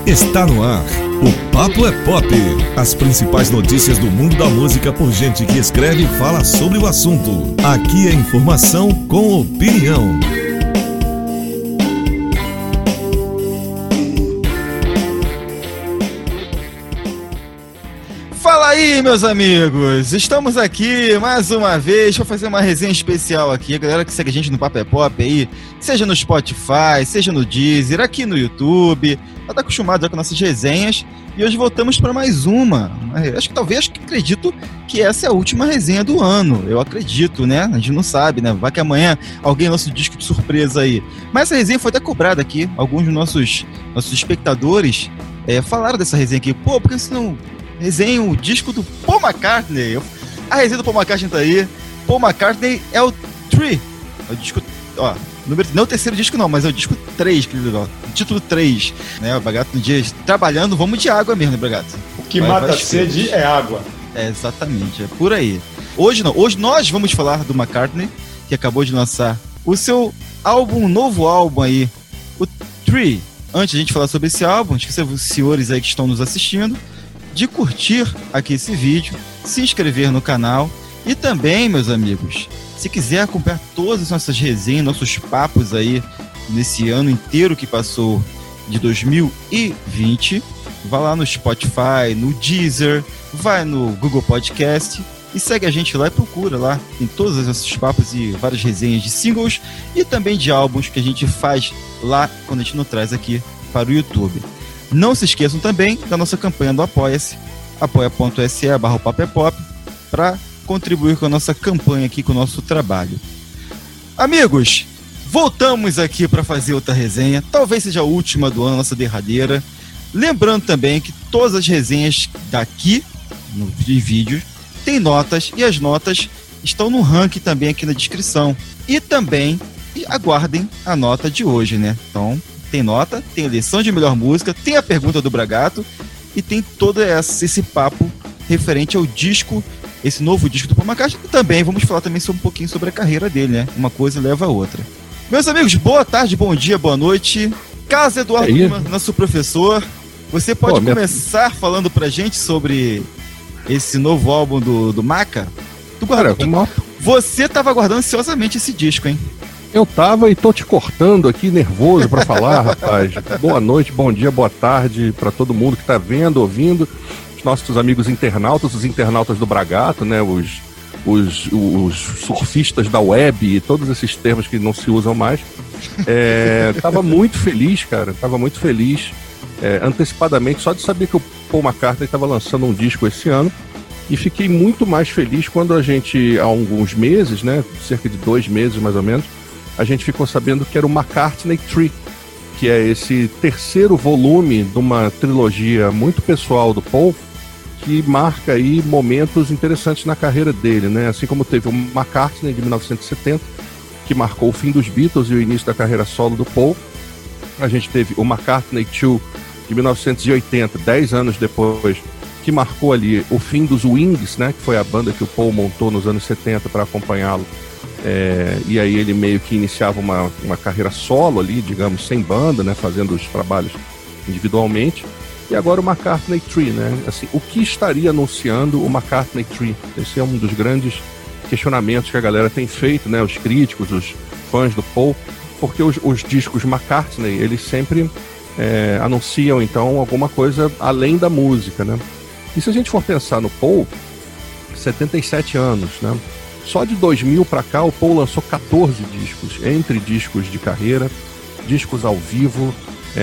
Está no ar. O Papo é Pop. As principais notícias do mundo da música por gente que escreve e fala sobre o assunto. Aqui é informação com opinião. Fala aí, meus amigos! Estamos aqui mais uma vez para fazer uma resenha especial aqui. A galera que segue a gente no Papo é Pop aí, seja no Spotify, seja no Deezer, aqui no YouTube, já tá acostumado já com nossas resenhas. E hoje voltamos para mais uma. Acredito que essa é a última resenha do ano. Eu acredito, né? A gente não sabe, né? Vai que amanhã alguém lança um disco de surpresa aí. Mas essa resenha foi até cobrada aqui. Alguns dos nossos espectadores falaram dessa resenha aqui. Pô, por que você não resenha o disco do Paul McCartney? A resenha do Paul McCartney tá aí. Paul McCartney é o Three. É o disco, ó, não é o terceiro disco não, mas é o disco 3, querido, ó, título 3, né? O Bragato no dia trabalhando, vamos de água mesmo, né, Bragato? O que mata a sede é água. É, exatamente, é por aí. Hoje nós vamos falar do McCartney, que acabou de lançar o seu novo álbum aí, o Three. Antes de a gente falar sobre esse álbum, esqueça os senhores aí que estão nos assistindo, de curtir aqui esse vídeo, se inscrever no canal e também, meus amigos, se quiser acompanhar todas as nossas resenhas, nossos papos aí nesse ano inteiro que passou de 2020, vá lá no Spotify, no Deezer, vai no Google Podcast e segue a gente lá e procura lá em todos os nossos papos e várias resenhas de singles e também de álbuns que a gente faz lá quando a gente não traz aqui para o YouTube. Não se esqueçam também da nossa campanha do Apoia-se, apoia.se/papepop, para contribuir com a nossa campanha aqui, com o nosso trabalho. Amigos, voltamos aqui para fazer outra resenha, talvez seja a última do ano, nossa derradeira. Lembrando também que todas as resenhas daqui, de vídeos, tem notas, e as notas estão no ranking também aqui na descrição. E também aguardem a nota de hoje, né? Então, tem nota, tem eleição de melhor música, tem a pergunta do Bragato e tem todo esse papo referente ao disco, esse novo disco do Paul McCartney. E também vamos falar também um pouquinho sobre a carreira dele, né? Uma coisa leva a outra. Meus amigos, boa tarde, bom dia, boa noite. Carlos Eduardo Lima, nosso professor, você pode começar falando pra gente sobre esse novo álbum do Maca? Você tava aguardando ansiosamente esse disco, hein? Eu tava e tô te cortando aqui, nervoso pra falar, rapaz. Boa noite, bom dia, boa tarde pra todo mundo que tá vendo, ouvindo. Os nossos amigos internautas, os internautas do Bragato, né? Os surfistas da web e todos esses termos que não se usam mais. Tava muito feliz, cara. Tava muito feliz, antecipadamente, só de saber que o Paul McCartney tava lançando um disco esse ano. E fiquei muito mais feliz quando a gente, há alguns meses, né? Cerca de 2 meses mais ou menos, a gente ficou sabendo que era o McCartney Three, que é esse terceiro volume de uma trilogia muito pessoal do Paul, que marca aí momentos interessantes na carreira dele, né? Assim como teve o McCartney de 1970, que marcou o fim dos Beatles e o início da carreira solo do Paul. A gente teve o McCartney 2 de 1980, 10 anos depois, que marcou ali o fim dos Wings, né? Que foi a banda que o Paul montou nos anos 70 para acompanhá-lo. E aí ele meio que iniciava uma carreira solo ali, digamos, sem banda, né? Fazendo os trabalhos individualmente. E agora o McCartney 3, né? Assim, o que estaria anunciando o McCartney 3? Esse é um dos grandes questionamentos que a galera tem feito, né? Os críticos, os fãs do Paul, porque os discos McCartney, eles sempre anunciam, então, alguma coisa além da música, né? E se a gente for pensar no Paul, 77 anos, né? Só de 2000 para cá, o Paul lançou 14 discos, entre discos de carreira, discos ao vivo,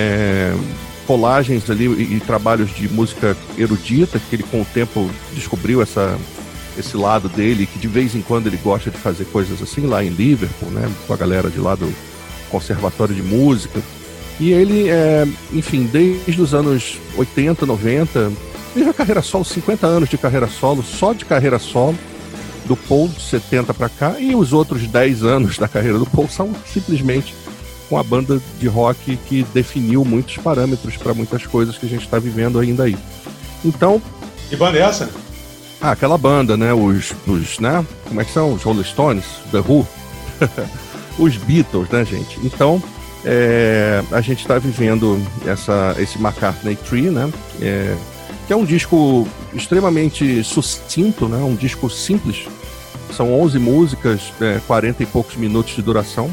colagens ali e trabalhos de música erudita, que ele com o tempo descobriu esse lado dele, que de vez em quando ele gosta de fazer coisas assim, lá em Liverpool, né? Com a galera de lá do Conservatório de Música. E ele, enfim, desde os anos 80, 90... Desde a carreira solo, 50 anos de carreira solo, só de carreira solo, do Paul, de 70 para cá, e os outros 10 anos da carreira do Paul são simplesmente com a banda de rock que definiu muitos parâmetros para muitas coisas que a gente está vivendo ainda aí. Então... Que banda é essa? Aquela banda, né? Os né? Como é que são? Os Rolling Stones, The Who, os Beatles, né, gente? Então, a gente está vivendo esse McCartney Tree, né? Que é um disco extremamente sucinto, né? Um disco simples. São 11 músicas, 40 e poucos minutos de duração.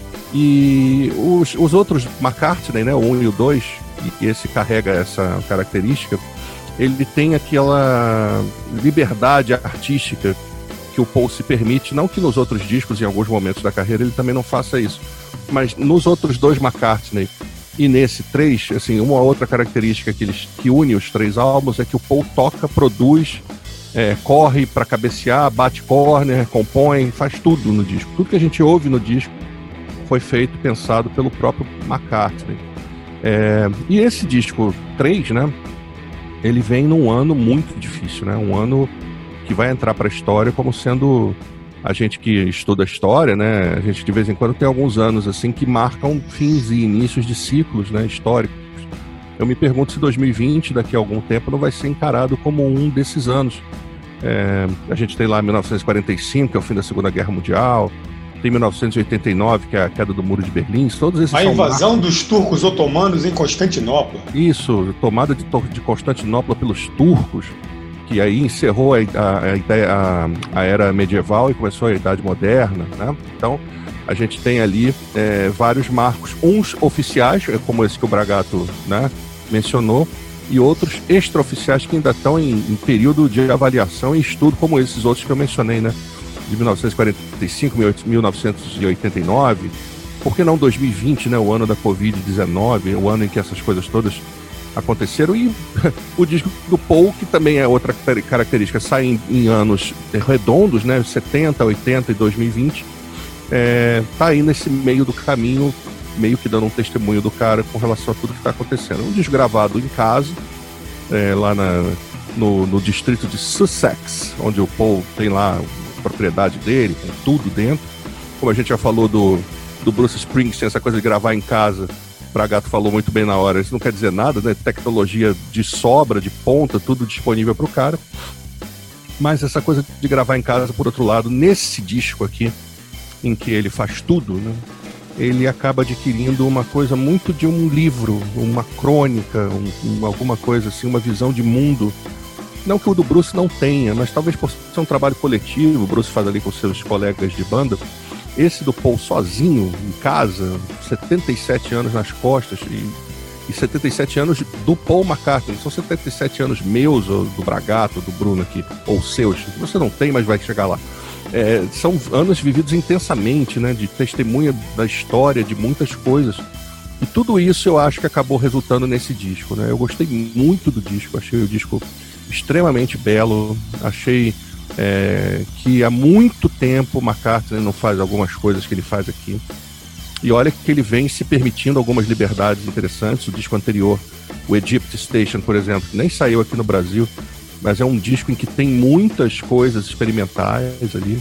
E os outros McCartney, né? O 1 e o 2, e esse carrega essa característica, ele tem aquela liberdade artística que o Paul se permite, não que nos outros discos, em alguns momentos da carreira, ele também não faça isso, mas nos outros dois McCartney e nesse 3, assim, uma outra característica que une os 3 álbuns é que o Paul toca, produz, corre para cabecear, bate corner, compõe, faz tudo no disco. Tudo que a gente ouve no disco foi feito, pensado pelo próprio McCartney. E esse disco 3, né, ele vem num ano muito difícil, né? Um ano que vai entrar para a história como sendo, a gente que estuda história, né? A gente de vez em quando tem alguns anos assim que marcam fins e inícios de ciclos, né, históricos. Eu me pergunto se 2020, daqui a algum tempo, não vai ser encarado como um desses anos. A gente tem lá 1945, que é o fim da Segunda Guerra Mundial. Tem 1989, que é a queda do Muro de Berlim. Todos esses a invasão dos turcos otomanos em Constantinopla. Isso, tomada de Constantinopla pelos turcos, que aí encerrou a era medieval e começou a Idade Moderna, né? Então, a gente tem ali vários marcos, uns oficiais, como esse que o Bragato, né, mencionou, e outros extraoficiais que ainda estão em período de avaliação e estudo, como esses outros que eu mencionei, né? De 1945, 1989, por que não 2020, né, o ano da Covid-19, o ano em que essas coisas todas aconteceram, e o disco do Paul, que também é outra característica, sai em anos redondos, né, 70, 80 e 2020, tá aí nesse meio do caminho, meio que dando um testemunho do cara com relação a tudo que está acontecendo. Um disco gravado em casa, lá no distrito de Sussex, onde o Paul tem lá propriedade dele, com tudo dentro. Como a gente já falou do Bruce Springsteen, essa coisa de gravar em casa, o Bragato falou muito bem na hora, isso não quer dizer nada, né? Tecnologia de sobra, de ponta, tudo disponível para o cara. Mas essa coisa de gravar em casa, por outro lado, nesse disco aqui, em que ele faz tudo, né? Ele acaba adquirindo uma coisa muito de um livro, uma crônica, alguma coisa assim, uma visão de mundo. Não que o do Bruce não tenha, mas talvez por ser um trabalho coletivo, o Bruce faz ali com seus colegas de banda. Esse do Paul sozinho, em casa, 77 anos nas costas, e 77 anos do Paul McCartney. São 77 anos meus, ou do Bragato, do Bruno aqui, ou seus. Você não tem, mas vai chegar lá. São anos vividos intensamente, né, de testemunha da história, de muitas coisas. E tudo isso eu acho que acabou resultando nesse disco, né? Eu gostei muito do disco, achei o disco extremamente belo, achei que há muito tempo o McCartney não faz algumas coisas que ele faz aqui, e olha que ele vem se permitindo algumas liberdades interessantes. O disco anterior, o Egypt Station, por exemplo, que nem saiu aqui no Brasil, mas é um disco em que tem muitas coisas experimentais ali,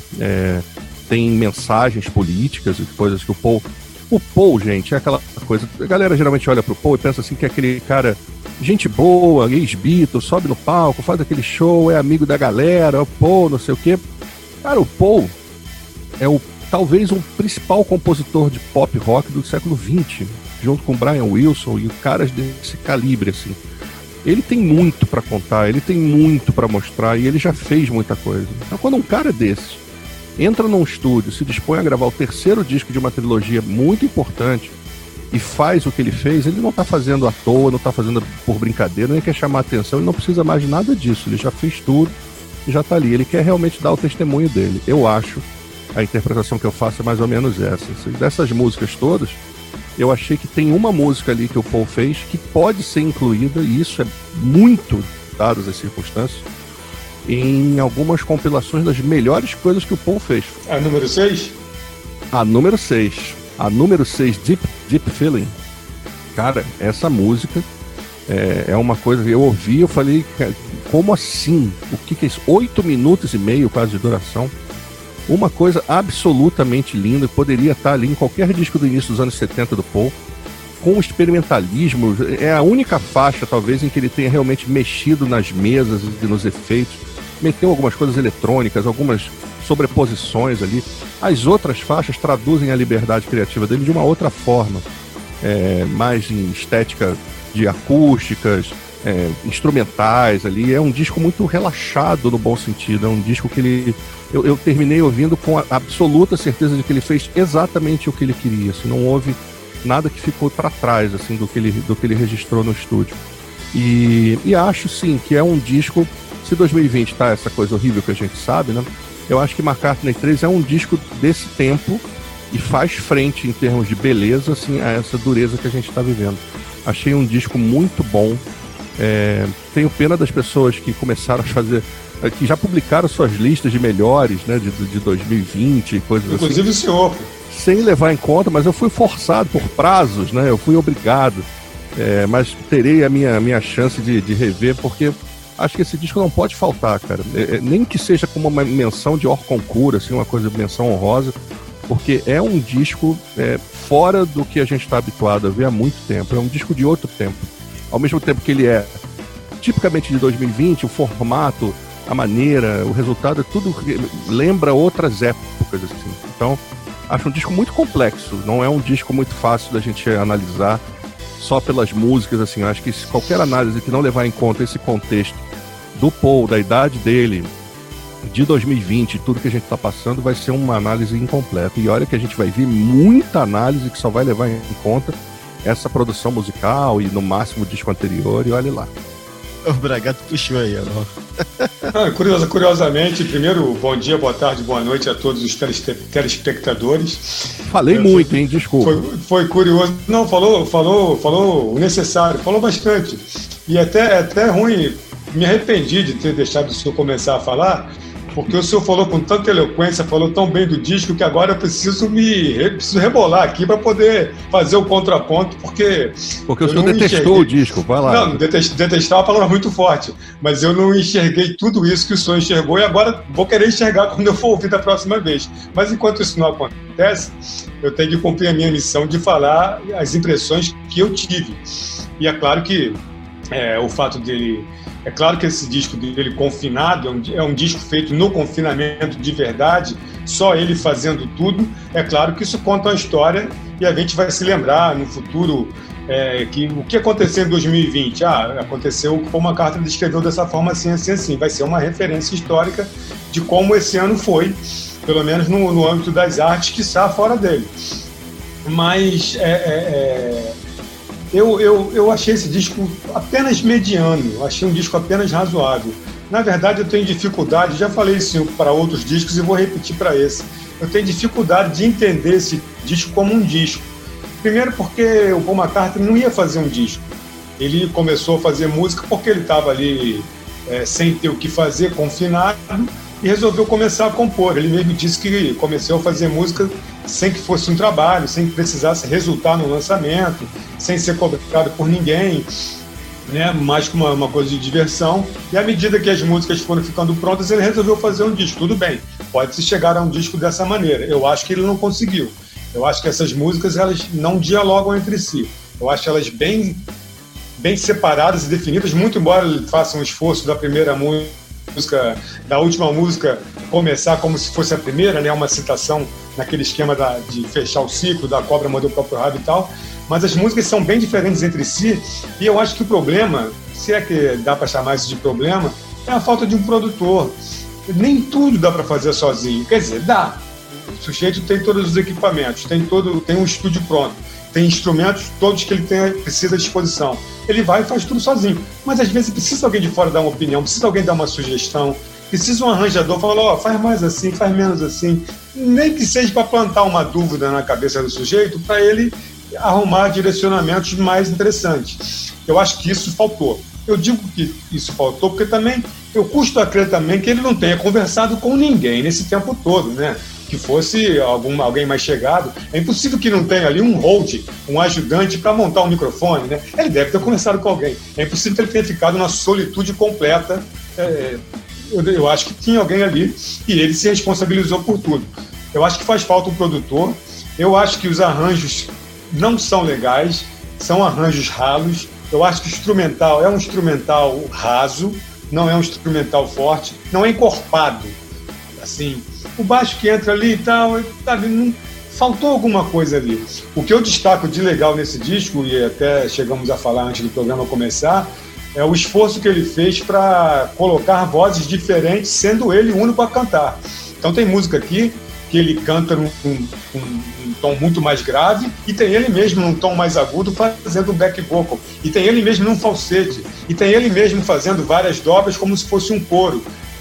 tem mensagens políticas e coisas que o Paul, gente, é aquela coisa, a galera geralmente olha pro Paul e pensa assim que é aquele cara gente boa, ex-Beatle, sobe no palco, faz aquele show, é amigo da galera, o Paul, não sei o quê. Cara, o Paul é talvez o principal compositor de pop rock do século XX, junto com Brian Wilson e caras desse calibre, assim. Ele tem muito para contar, ele tem muito para mostrar e ele já fez muita coisa. Então, quando um cara desses entra num estúdio, se dispõe a gravar o terceiro disco de uma trilogia muito importante e faz o que ele fez, ele não tá fazendo à toa, não tá fazendo por brincadeira, nem quer chamar atenção, ele não precisa mais de nada disso, ele já fez tudo e já tá ali, ele quer realmente dar o testemunho dele. Eu acho, a interpretação que eu faço é mais ou menos essa. Dessas músicas todas, eu achei que tem uma música ali que o Paul fez que pode ser incluída, e isso é muito, dadas as circunstâncias, em algumas compilações das melhores coisas que o Paul fez. A número 6? A número 6. A número 6, Deep Feeling. Cara, essa música é uma coisa que eu ouvi, eu falei, como assim? O que é isso? 8 minutos e meio quase de duração. Uma coisa absolutamente linda, poderia estar ali em qualquer disco do início dos anos 70 do Paul, com experimentalismo. É a única faixa, talvez, em que ele tenha realmente mexido nas mesas e nos efeitos. Meteu algumas coisas eletrônicas, algumas sobreposições ali. As outras faixas traduzem a liberdade criativa dele de uma outra forma. mais em estética de acústicas, instrumentais ali. É um disco muito relaxado no bom sentido, é um disco que eu terminei ouvindo com a absoluta certeza de que ele fez exatamente o que ele queria, assim, não houve nada que ficou para trás assim, do que ele registrou no estúdio. E acho sim que é um disco, se 2020 tá essa coisa horrível que a gente sabe, né? Eu acho que McCartney 3 é um disco desse tempo e faz frente em termos de beleza assim, a essa dureza que a gente está vivendo. Achei um disco muito bom. Tenho pena das pessoas que começaram a fazer, que já publicaram suas listas de melhores, né, de 2020, coisas assim. Inclusive o senhor. Sem levar em conta, mas eu fui forçado por prazos, né? Eu fui obrigado. Mas terei a minha chance de rever, porque acho que esse disco não pode faltar, cara. Nem que seja como uma menção de hors concours, assim, uma coisa de menção honrosa, porque é um disco fora do que a gente está habituado a ver há muito tempo. É um disco de outro tempo. Ao mesmo tempo que ele é tipicamente de 2020, o formato, a maneira, o resultado, tudo lembra outras épocas, assim. Então, acho um disco muito complexo. Não é um disco muito fácil da gente analisar só pelas músicas, assim. Eu acho que qualquer análise que não levar em conta esse contexto do Paul, da idade dele, de 2020, tudo que a gente está passando, vai ser uma análise incompleta. E olha que a gente vai ver muita análise que só vai levar em conta essa produção musical e no máximo o disco anterior, e olha lá. O Bragato puxou aí, Curiosamente, primeiro, bom dia, boa tarde, boa noite a todos os telespectadores. Falei muito, hein? Desculpa. Foi curioso. Não, falou o necessário, falou bastante. E até ruim, me arrependi de ter deixado o senhor começar a falar, porque o senhor falou com tanta eloquência, falou tão bem do disco, que agora eu preciso rebolar aqui para poder fazer o contraponto, porque o senhor detestou o disco, vai lá. Não, detestar é uma palavra muito forte, mas eu não enxerguei tudo isso que o senhor enxergou, e agora vou querer enxergar quando eu for ouvir da próxima vez. Mas enquanto isso não acontece, eu tenho que cumprir a minha missão de falar as impressões que eu tive. E é claro que o fato dele... É claro que esse disco dele confinado é um disco feito no confinamento de verdade, só ele fazendo tudo. É claro que isso conta uma história e a gente vai se lembrar no futuro que o que aconteceu em 2020. Aconteceu o que Paul McCartney descreveu dessa forma, assim, assim, assim. Vai ser uma referência histórica de como esse ano foi, pelo menos no âmbito das artes, que está fora dele. Mas... Eu achei esse disco apenas mediano, achei um disco apenas razoável. Na verdade, eu tenho dificuldade, já falei isso para outros discos e vou repetir para esse. Eu tenho dificuldade de entender esse disco como um disco. Primeiro porque o Paul McCartney não ia fazer um disco. Ele começou a fazer música porque ele estava ali sem ter o que fazer, confinado, e resolveu começar a compor. Ele mesmo disse que começou a fazer música sem que fosse um trabalho, sem que precisasse resultar no lançamento, sem ser cobrado por ninguém, né? Mais que uma coisa de diversão. E à medida que as músicas foram ficando prontas, ele resolveu fazer um disco. Tudo bem, pode-se chegar a um disco dessa maneira. Eu acho que ele não conseguiu. Eu acho que essas músicas elas não dialogam entre si. Eu acho elas bem separadas e definidas, muito embora ele faça um esforço da primeira música, da última música, começar como se fosse a primeira, né? Uma citação naquele esquema de fechar o ciclo, da cobra mordeu o próprio rabo e tal, mas as músicas são bem diferentes entre si, e eu acho que o problema, se é que dá para chamar isso de problema, é a falta de um produtor. Nem tudo dá para fazer sozinho, quer dizer, dá. O sujeito tem todos os equipamentos, tem um estúdio pronto, tem instrumentos todos que ele precisa à disposição. Ele vai e faz tudo sozinho. Mas às vezes precisa alguém de fora dar uma opinião, precisa alguém dar uma sugestão, precisa um arranjador falar, faz mais assim, faz menos assim. Nem que seja para plantar uma dúvida na cabeça do sujeito, para ele arrumar direcionamentos mais interessantes. Eu acho que isso faltou. Eu digo que isso faltou porque também eu custo a crer também que ele não tenha conversado com ninguém nesse tempo todo, né? Que fosse alguém mais chegado. É impossível que não tenha ali um hold, um ajudante para montar um microfone, né? Ele deve ter conversado com alguém. É impossível que ele tenha ficado na solitude completa. Eu acho que tinha alguém ali e ele se responsabilizou por tudo. Eu acho que faz falta um produtor. Eu acho que os arranjos não são legais, são arranjos ralos. Eu acho que o instrumental é um instrumental raso, não é um instrumental forte, não é encorpado. Assim, o baixo que entra ali e tal, sabe, não faltou alguma coisa ali. O que eu destaco de legal nesse disco, e até chegamos a falar antes do programa começar, é o esforço que ele fez para colocar vozes diferentes, sendo ele o único a cantar. Então tem música aqui que ele canta num tom muito mais grave, e tem ele mesmo num tom mais agudo fazendo um back vocal, e tem ele mesmo num falsete, e tem ele mesmo fazendo várias dobras como se fosse um coro.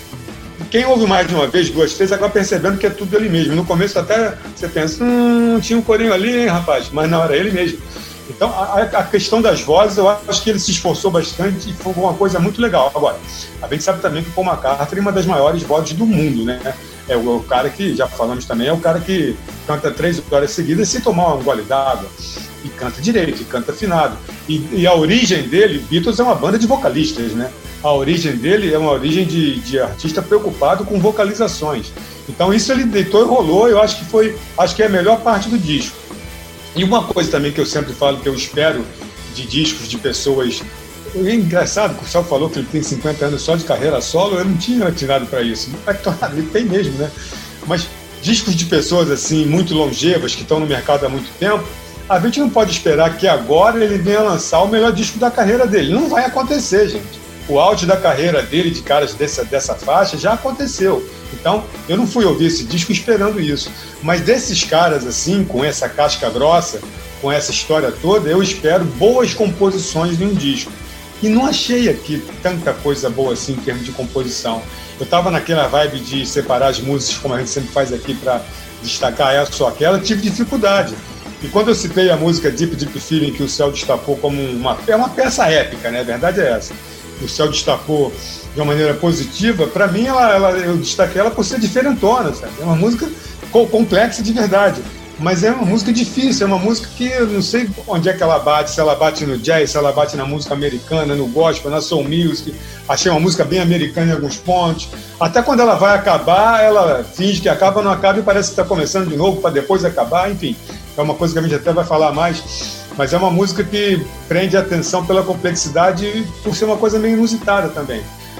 Quem ouve mais de uma vez, duas, três, acaba percebendo que é tudo ele mesmo. No começo até você pensa, tinha um corinho ali, hein, rapaz? Mas não, era ele mesmo. Então, a questão das vozes, eu acho que ele se esforçou bastante e foi uma coisa muito legal. Agora, a gente sabe também que o Paul McCartney é uma das maiores vozes do mundo, né? É o cara que, já falamos também, é o cara que canta 3 horas seguidas sem tomar um gole d'água. E canta direito, e canta afinado. E a origem dele, Beatles é uma banda de vocalistas, né? A origem dele é uma origem de artista preocupado com vocalizações. Então isso ele deitou e rolou, eu acho que é a melhor parte do disco. E uma coisa também que eu sempre falo, que eu espero de discos de pessoas... É engraçado que o Céu falou que ele tem 50 anos só de carreira solo, eu não tinha atirado para isso. Mas claro, ele tem mesmo, né? Mas discos de pessoas assim, muito longevas, que estão no mercado há muito tempo, a gente não pode esperar que agora ele venha lançar o melhor disco da carreira dele. Não vai acontecer, gente. O auge da carreira dele, de caras dessa faixa, já aconteceu. Então, eu não fui ouvir esse disco esperando isso. Mas desses caras, assim, com essa casca grossa, com essa história toda, eu espero boas composições de um disco. E não achei aqui tanta coisa boa assim em termos de composição. Eu estava naquela vibe de separar as músicas, como a gente sempre faz aqui, para destacar essa ou aquela, tive dificuldade. E quando eu citei a música Deep Deep Feeling, que o Céu destacou como uma peça épica, né? A verdade é essa. O Céu destacou de uma maneira positiva, para mim eu destaquei ela por ser diferentona, sabe? É uma música complexa de verdade, mas é uma música difícil, é uma música que eu não sei onde é que ela bate, se ela bate no jazz, se ela bate na música americana, no gospel, na soul music. Achei uma música bem americana em alguns pontos. Até quando ela vai acabar, ela finge que acaba, não acaba e parece que está começando de novo para depois acabar, enfim. É uma coisa que a gente até vai falar mais, mas é uma música que prende a atenção pela complexidade e por ser uma coisa meio inusitada também.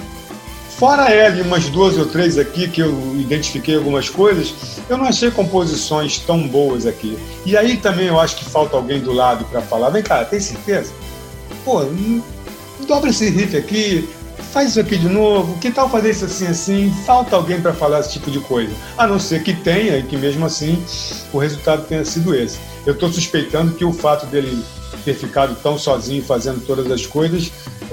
Fora ela e umas 2 ou 3 aqui, que eu identifiquei algumas coisas, eu não achei composições tão boas aqui. E aí também eu acho que falta alguém do lado para falar, vem cá, tem certeza? Pô, dobra esse riff aqui, faz isso aqui de novo, que tal fazer isso assim? Falta alguém para falar esse tipo de coisa. A não ser que tenha e que mesmo assim o resultado tenha sido esse. Eu estou suspeitando que o fato dele ter ficado tão sozinho fazendo todas as coisas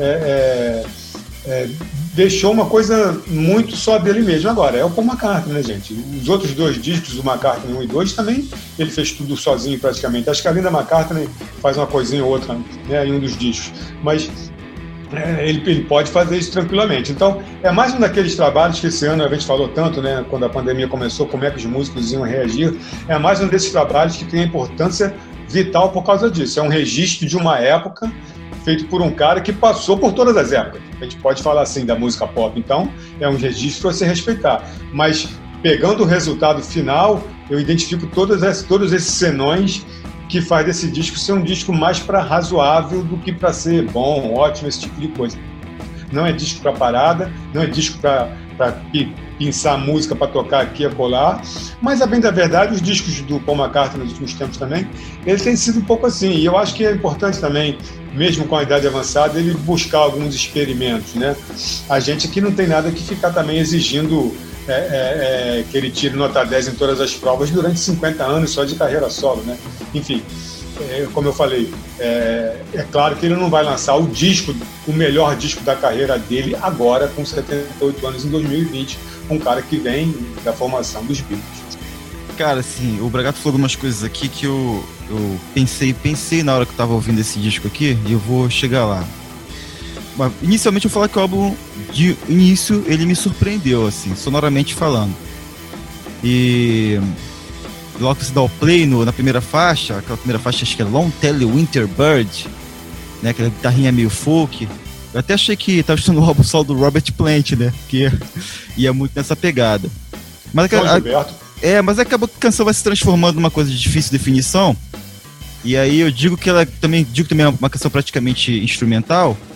deixou uma coisa muito só dele mesmo. Agora, é o Paul McCartney, né, gente? Os outros 2 discos do McCartney 1 e 2 também ele fez tudo sozinho praticamente. Acho que a Linda McCartney faz uma coisinha ou outra, né, em um dos discos. Mas ele pode fazer isso tranquilamente. Então, é mais um daqueles trabalhos que esse ano a gente falou tanto, né, quando a pandemia começou, como é que os músicos iam reagir. É mais um desses trabalhos que tem importância vital por causa disso. É um registro de uma época feito por um cara que passou por todas as épocas. A gente pode falar assim da música pop. Então, é um registro a se respeitar. Mas, pegando o resultado final, eu identifico todos esses senões que faz desse disco ser um disco mais para razoável do que para ser bom, ótimo, esse tipo de coisa. Não é disco para parada, não é disco para pensar música para tocar aqui e acolá, mas a bem da verdade, os discos do Paul McCartney nos últimos tempos também, eles têm sido um pouco assim, e eu acho que é importante também, mesmo com a idade avançada, ele buscar alguns experimentos, né? A gente aqui não tem nada que ficar também exigindo que ele tire nota 10 em todas as provas durante 50 anos só de carreira solo, né? Enfim, como eu falei, é claro que ele não vai lançar o melhor disco da carreira dele agora, com 78 anos, em 2020, um cara que vem da formação dos Beatles. Cara, assim, o Bragato falou algumas coisas aqui que eu pensei na hora que eu tava ouvindo esse disco aqui, e eu vou chegar lá. Mas, inicialmente eu vou falar que o álbum, de início, ele me surpreendeu, assim, sonoramente falando. E logo que você dá o play na primeira faixa, aquela primeira faixa acho que é Long Tail Winter Bird, né, aquela guitarrinha meio folk. Eu até achei que tava estudando o álbum solo do Robert Plant, né, que ia muito nessa pegada. Mas mas acabou que a canção vai se transformando numa coisa de difícil definição. E aí eu digo também é uma canção praticamente instrumental.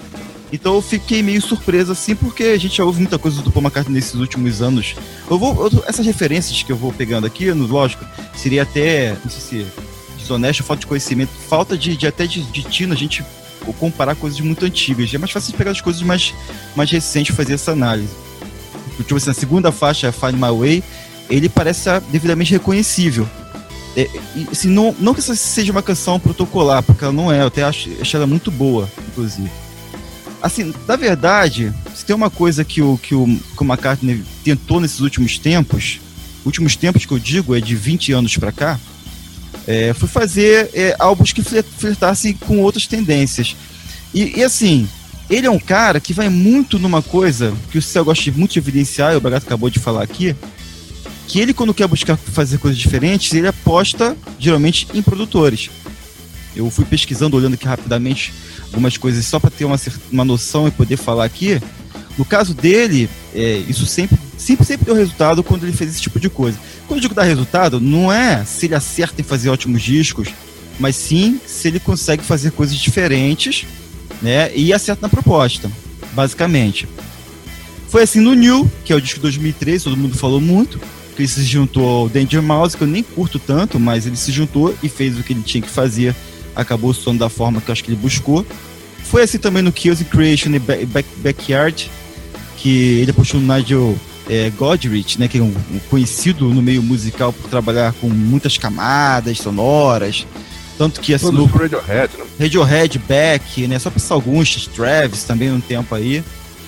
Então eu fiquei meio surpreso assim, porque a gente já ouve muita coisa do Paul McCartney nesses últimos anos. Essas referências que eu vou pegando aqui, lógico, seria até, não sei se desonesto, falta de conhecimento, falta de tino, a gente comparar coisas muito antigas. É mais fácil de pegar as coisas mais recentes e fazer essa análise. Tipo assim, na segunda faixa, Find My Way, ele parece devidamente reconhecível. Assim, não que essa seja uma canção protocolar, porque ela não é, eu até acho ela muito boa, inclusive. Assim, na verdade, se tem uma coisa que o McCartney tentou nesses últimos tempos que eu digo, é de 20 anos pra cá, foi fazer álbuns que flertassem com outras tendências. E assim, ele é um cara que vai muito numa coisa que o Céu gosta muito de evidenciar, e o Bragato acabou de falar aqui, que ele, quando quer buscar fazer coisas diferentes, ele aposta, geralmente, em produtores. Eu fui pesquisando, olhando aqui rapidamente algumas coisas, só para ter uma noção e poder falar aqui. No caso dele, isso sempre deu resultado quando ele fez esse tipo de coisa. Quando eu digo dar resultado, não é se ele acerta em fazer ótimos discos, mas sim se ele consegue fazer coisas diferentes, né, e acerta na proposta, basicamente. Foi assim no New, que é o disco de 2013, todo mundo falou muito, que ele se juntou ao Danger Mouse, que eu nem curto tanto, mas ele se juntou e fez o que ele tinha que fazer, acabou soando da forma que eu acho que ele buscou. Foi assim também no Chaos and Creation e Backyard, que ele apostou no Nigel Godrich, né, que é um conhecido no meio musical por trabalhar com muitas camadas sonoras, tanto que assinou Radiohead, né? Radiohead, Beck, né, só pensar alguns, Travis também um tempo aí.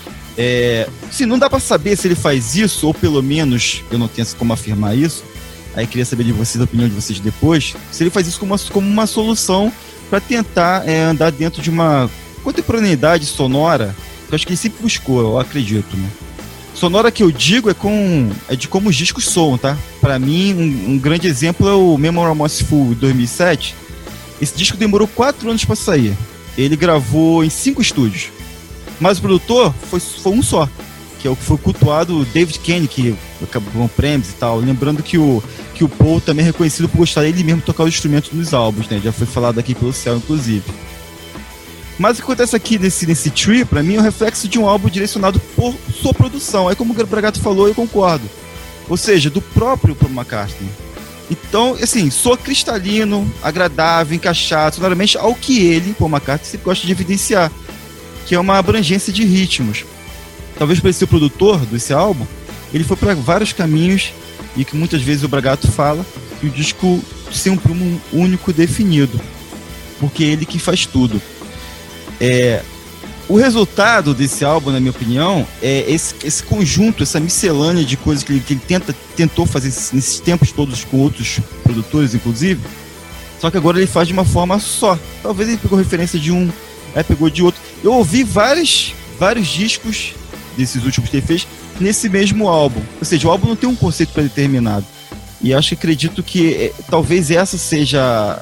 Sim, não dá pra saber se ele faz isso, ou pelo menos, eu não tenho como afirmar isso, aí queria saber de vocês, a opinião de vocês depois, se ele faz isso como uma solução para tentar andar dentro de uma contemporaneidade sonora, que eu acho que ele sempre buscou, eu acredito, né? Sonora que eu digo é de como os discos soam, tá? Para mim, um grande exemplo é o Memory Almost Full, de 2007. Esse disco demorou 4 anos para sair. Ele gravou em 5 estúdios. Mas o produtor foi um só, que é o que foi cultuado, David Kenny, que acabou com prêmios e tal. Lembrando que o Paul também é reconhecido por gostar ele mesmo tocar os instrumentos nos álbuns, né? Já foi falado aqui pelo Céu, inclusive. Mas o que acontece aqui nesse Tree, pra mim, é um reflexo de um álbum direcionado por sua produção. Aí, como o Bragato falou, eu concordo. Ou seja, do próprio Paul McCartney. Então, assim, soa cristalino, agradável, encaixado, sonoramente ao que ele, Paul McCartney, sempre gosta de evidenciar, que é uma abrangência de ritmos. Talvez para ele ser o produtor desse álbum, ele foi para vários caminhos, e que muitas vezes o Bragato fala que o disco tem um prumo único definido, porque é ele que faz tudo. O resultado desse álbum, na minha opinião, é esse conjunto, essa miscelânea de coisas que ele tentou fazer nesses tempos todos com outros produtores, inclusive, só que agora ele faz de uma forma só. Talvez ele pegou referência de um, pegou de outro. Eu ouvi vários discos desses últimos que ele fez nesse mesmo álbum. Ou seja, o álbum não tem um conceito pré-determinado. E acredito que talvez essa seja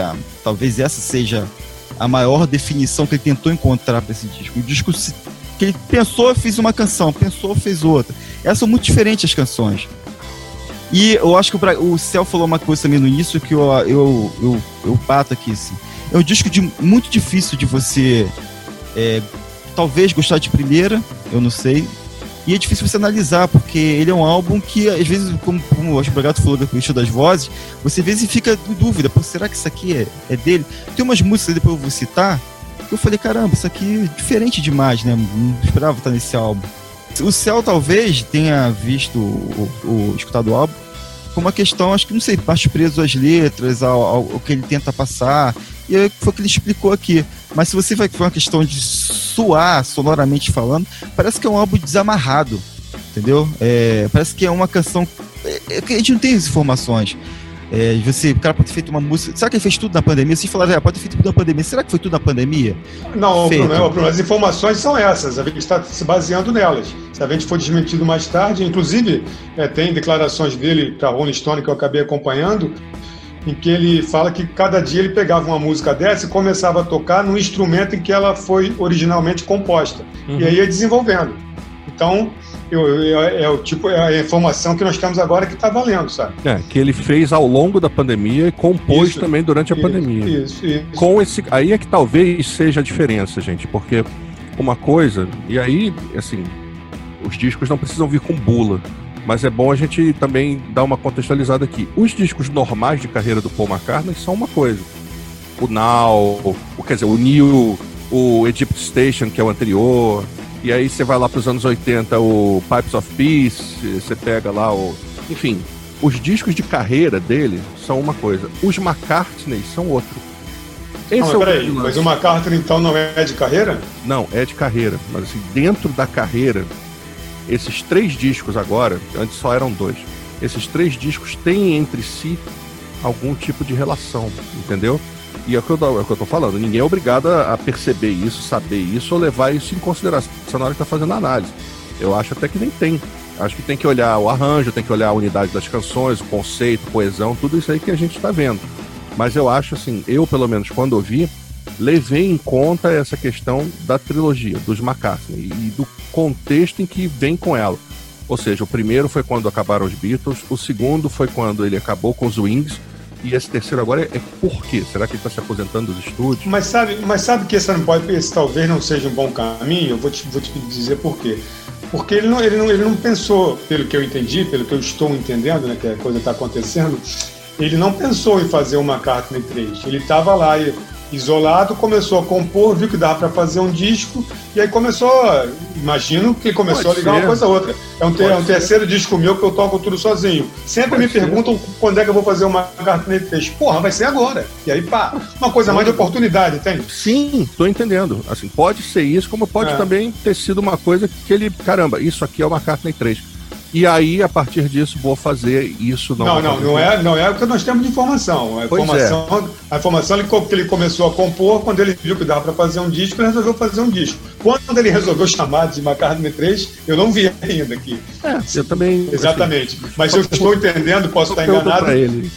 a maior definição que ele tentou encontrar para esse disco. O disco que ele pensou, fez uma canção, pensou, fez outra. Elas são muito diferentes as canções. E eu acho que o Céu falou uma coisa também no início que eu bato aqui, assim. É um disco muito difícil de você talvez gostar de primeira, eu não sei. E é difícil você analisar, porque ele é um álbum que, às vezes, como eu acho que o Bragato falou da questão das vozes, você às vezes fica em dúvida, pô, será que isso aqui é dele? Tem umas músicas, depois eu vou citar, que eu falei, caramba, isso aqui é diferente demais, né? Não esperava estar nesse álbum. O Céu talvez tenha visto, escutado o álbum, como uma questão, acho que, não sei, mais preso às letras, ao que ele tenta passar, e foi o que ele explicou aqui. Mas se você vai for uma questão de soar, sonoramente falando, parece que é um álbum desamarrado, entendeu? Parece que é uma canção que a gente não tem as informações. O cara pode ter feito uma música. Será que ele fez tudo na pandemia? Vocês falaram, pode ter feito tudo na pandemia. Será que foi tudo na pandemia? Não, o problema, as informações são essas. A gente está se baseando nelas. Se a gente for desmentido mais tarde, inclusive tem declarações dele para Rolling Stone que eu acabei acompanhando, em que ele fala que cada dia ele pegava uma música dessa e começava a tocar no instrumento em que ela foi originalmente composta. Uhum. E aí ia desenvolvendo. Então, é a informação que nós temos agora que está valendo, sabe? Que ele fez ao longo da pandemia e compôs também durante a pandemia. Isso. Aí é que talvez seja a diferença, gente, porque uma coisa, e aí, assim, os discos não precisam vir com bula, mas é bom a gente também dar uma contextualizada aqui. Os discos normais de carreira do Paul McCartney são uma coisa. O Now, o New, o Egypt Station, que é o anterior, e aí você vai lá para os anos 80, o Pipes of Peace, você pega lá enfim, os discos de carreira dele são uma coisa, os McCartney são outro. Peraí, mas o McCartney então não é de carreira? Não, é de carreira, mas assim, dentro da carreira, esses 3 discos agora, antes só eram 2, esses 3 discos têm entre si algum tipo de relação, entendeu? E é o que eu tô falando, ninguém é obrigado a perceber isso, saber isso ou levar isso em consideração na hora que tá fazendo a análise. Eu acho até que nem tem. Acho que tem que olhar o arranjo, tem que olhar a unidade das canções, o conceito, coesão, tudo isso aí que a gente tá vendo. Mas eu acho assim, eu pelo menos quando ouvi, levei em conta essa questão da trilogia, dos McCartney, e do contexto em que vem com ela. Ou seja, o primeiro foi quando acabaram os Beatles, o segundo foi quando ele acabou com os Wings, e esse terceiro agora é por quê? Será que ele está se aposentando dos estúdios? Mas sabe que esse talvez não seja um bom caminho? Eu vou te dizer por quê. Porque ele não pensou, pelo que eu entendi, pelo que eu estou entendendo, né, que a coisa está acontecendo, ele não pensou em fazer uma McCartney 3. Ele estava lá isolado, começou a compor, viu que dava para fazer um disco, e aí imagino que ele começou a ligar uma coisa a outra. É um terceiro disco meu que eu toco tudo sozinho. Sempre me perguntam quando é que eu vou fazer uma McCartney 3. Porra, vai ser agora. E aí, pá, uma coisa mais de oportunidade, entende? Sim, tô entendendo. Assim, pode ser isso, como pode também ter sido uma coisa que ele, caramba, isso aqui é uma McCartney 3. E aí, a partir disso, vou fazer isso. Não é o que nós temos de informação. A informação que ele começou a compor, quando ele viu que dava para fazer um disco, ele resolveu fazer um disco. Quando ele resolveu chamar de McCartney 3, eu não vi ainda aqui. Eu também... Exatamente. Assim, mas se eu estou entendendo, posso estar enganado.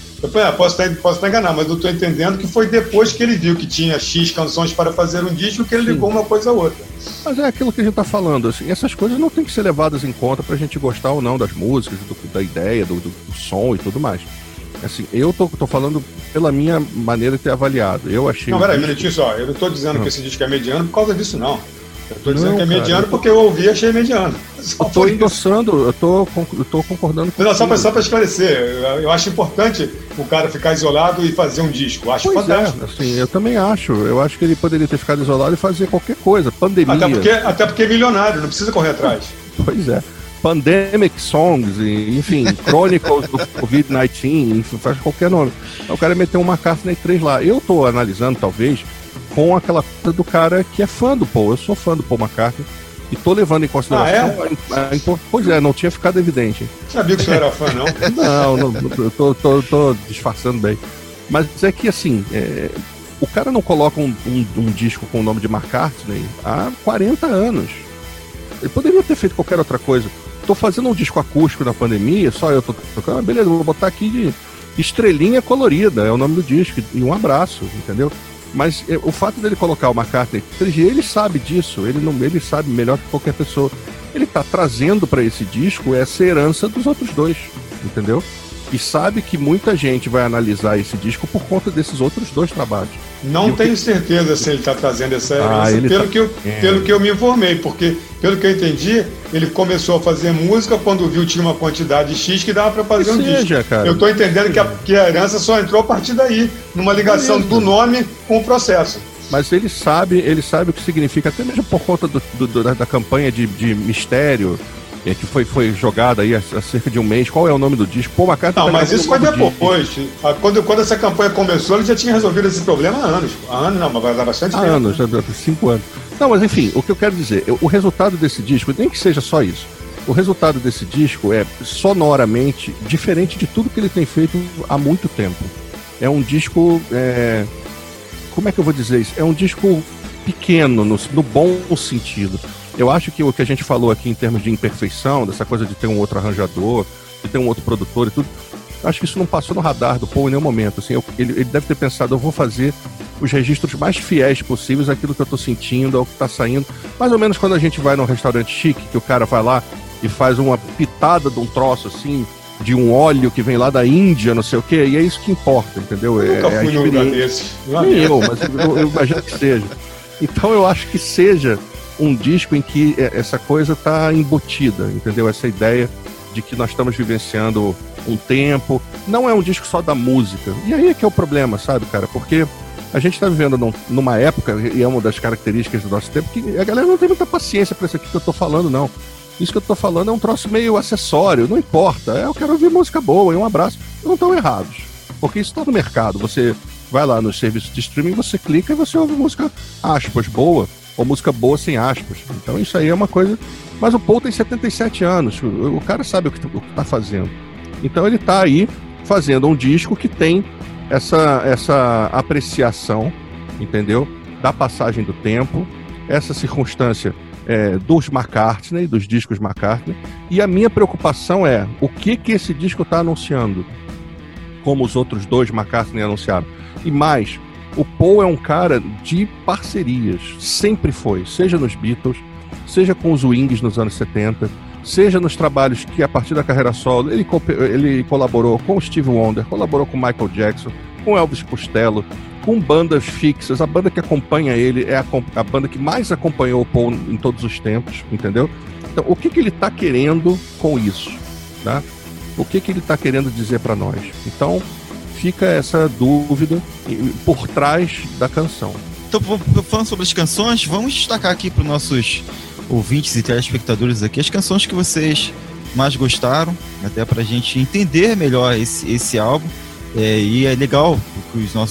Posso estar enganado, mas eu estou entendendo que foi depois que ele viu que tinha X canções para fazer um disco que ele ligou uma coisa a outra. Mas é aquilo que a gente está falando, assim, essas coisas não tem que ser levadas em conta pra gente gostar ou não das músicas, da ideia, do som e tudo mais. Assim, eu tô falando pela minha maneira de ter avaliado. Eu achei... Não, peraí, um minutinho só. Eu não estou dizendo que esse disco é mediano por causa disso, não. Eu estou dizendo que é mediano porque eu ouvi e achei mediano. Eu estou endossando, eu tô concordando com você. Só para esclarecer, eu acho importante o cara ficar isolado e fazer um disco. Acho fantástico. Assim, eu também acho. Eu acho que ele poderia ter ficado isolado e fazer qualquer coisa. Pandemia. Até porque é milionário, não precisa correr atrás. Pois é. Pandemic Songs, enfim, Chronicles do Covid-19, faz qualquer nome. O cara meteu uma McCartney 3 lá. Eu tô analisando, talvez, com aquela coisa do cara que é fã do Paul. Eu sou fã do Paul McCartney e tô levando em consideração. Pois é, não tinha ficado evidente. Sabia que você era fã, não? Não, eu tô disfarçando bem. Mas é que, assim, o cara não coloca um disco com o nome de McCartney há 40 anos. Ele poderia ter feito qualquer outra coisa. Tô fazendo um disco acústico na pandemia, só eu tô tocando, beleza, vou botar aqui de Estrelinha Colorida, é o nome do disco, e um abraço, entendeu? Mas o fato dele colocar o McCartney 3G, ele sabe disso, ele sabe melhor que qualquer pessoa. Ele tá trazendo para esse disco essa herança dos outros dois, entendeu? E sabe que muita gente vai analisar esse disco por conta desses outros dois trabalhos. Não tenho certeza se ele está trazendo essa herança, pelo que eu me informei, porque, pelo que eu entendi, ele começou a fazer música quando viu que tinha uma quantidade X que dava para fazer um disco. Cara. Eu estou entendendo que a herança só entrou a partir daí, numa ligação do nome com o processo. Mas ele sabe o que significa, até mesmo por conta da campanha de mistério, que foi jogada aí há cerca de um mês. Qual é o nome do disco? Paul McCartney. Não, mas isso foi depois. Quando essa campanha começou, ele já tinha resolvido esse problema há anos. Mas vai dar bastante tempo. Há anos, 5 anos. Não, mas enfim, o que eu quero dizer, o resultado desse disco, nem que seja só isso, o resultado desse disco é sonoramente diferente de tudo que ele tem feito há muito tempo. É um disco, como é que eu vou dizer isso? É um disco pequeno, no bom sentido. Eu acho que o que a gente falou aqui em termos de imperfeição, dessa coisa de ter um outro arranjador, de ter um outro produtor e tudo, acho que isso não passou no radar do Paul em nenhum momento. Assim, ele deve ter pensado, eu vou fazer os registros mais fiéis possíveis àquilo que eu tô sentindo, ao que tá saindo. Mais ou menos quando a gente vai num restaurante chique, que o cara vai lá e faz uma pitada de um troço assim, de um óleo que vem lá da Índia, não sei o quê, e é isso que importa, entendeu? Eu nunca fui num lugar desse. Nem eu, mas eu imagino que seja. Então eu acho que seja um disco em que essa coisa tá embutida, entendeu? Essa ideia de que nós estamos vivenciando um tempo. Não é um disco só da música. E aí é que é o problema, sabe, cara? Porque a gente tá vivendo numa época, e é uma das características do nosso tempo, que a galera não tem muita paciência pra isso aqui que eu tô falando, não. Isso que eu tô falando é um troço meio acessório, não importa. Eu quero ouvir música boa, e um abraço. Não estão errados. Porque isso tá no mercado. Você vai lá no serviço de streaming, você clica e você ouve música, aspas, boa, ou música boa sem aspas. Então isso aí é uma coisa... Mas o Paul tem 77 anos, o cara sabe o que tá fazendo. Então ele tá aí fazendo um disco que tem essa apreciação, entendeu? Da passagem do tempo, essa circunstância dos McCartney, dos discos McCartney. E a minha preocupação é o que esse disco tá anunciando, como os outros dois McCartney anunciaram. E mais, o Paul é um cara de parcerias, sempre foi, seja nos Beatles, seja com os Wings nos anos 70, seja nos trabalhos que a partir da carreira solo ele colaborou com o Stevie Wonder, colaborou com Michael Jackson, com Elvis Costello, com bandas fixas. A banda que acompanha ele é a banda que mais acompanhou o Paul em todos os tempos, entendeu? Então, o que ele está querendo com isso, tá? O que ele está querendo dizer para nós? Então, fica essa dúvida por trás da canção. Então, falando sobre as canções, vamos destacar aqui para os nossos ouvintes e telespectadores aqui as canções que vocês mais gostaram, até para a gente entender melhor esse álbum. E é legal que os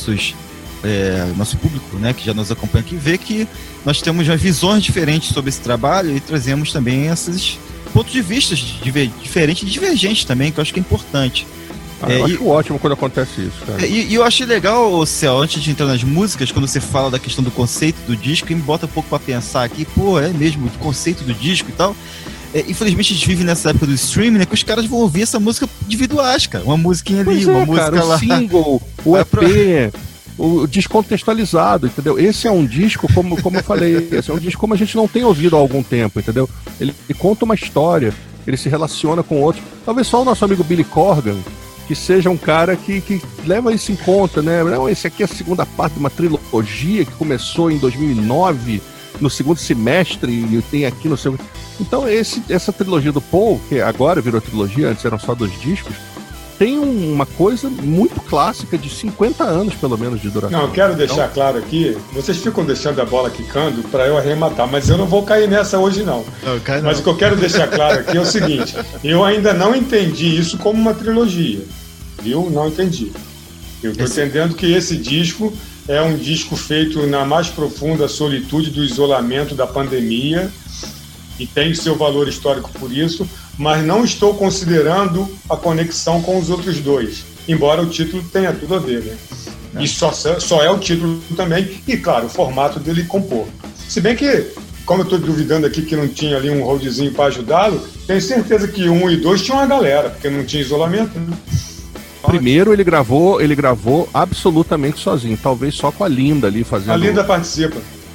nosso público, né, que já nos acompanha aqui, vê que nós temos visões diferentes sobre esse trabalho e trazemos também esses pontos de vista diferentes e divergentes também, que eu acho que é importante. Eu acho ótimo quando acontece isso, cara. E eu achei legal, Céu, antes de entrar nas músicas, quando você fala da questão do conceito do disco, e me bota um pouco pra pensar aqui, é mesmo, o conceito do disco e tal. Infelizmente a gente vive nessa época do streaming, né, que os caras vão ouvir essa música individuais, cara. Uma musiquinha ali, uma música cara, lá. O single, o EP, o descontextualizado, entendeu? Esse é um disco, como eu falei, esse é um disco como a gente não tem ouvido há algum tempo, entendeu? Ele conta uma história, ele se relaciona com outro. Talvez só o nosso amigo Billy Corgan, que seja um cara que leva isso em conta, né? Não, esse aqui é a segunda parte de uma trilogia que começou em 2009, no segundo semestre, e tem aqui no segundo... Então, essa trilogia do Paul, que agora virou trilogia, antes eram só 2 discos, tem uma coisa muito clássica de 50 anos, pelo menos, de duração. Não, eu quero deixar claro aqui, vocês ficam deixando a bola quicando para eu arrematar, mas eu não vou cair nessa hoje, não. Mas o que eu quero deixar claro aqui é o seguinte, eu ainda não entendi isso como uma trilogia, viu? Não entendi. Eu estou entendendo que esse disco é um disco feito na mais profunda solitude do isolamento da pandemia e tem seu valor histórico por isso, mas não estou considerando a conexão com os outros dois, embora o título tenha tudo a ver, né? E só é o título também, e claro, o formato dele compor. Se bem que, como eu estou duvidando aqui que não tinha ali um roadzinho para ajudá-lo, tenho certeza que 1 e 2 tinha uma galera, porque não tinha isolamento, né? Primeiro ele gravou absolutamente sozinho, talvez só com a Linda ali fazendo... A Linda participa.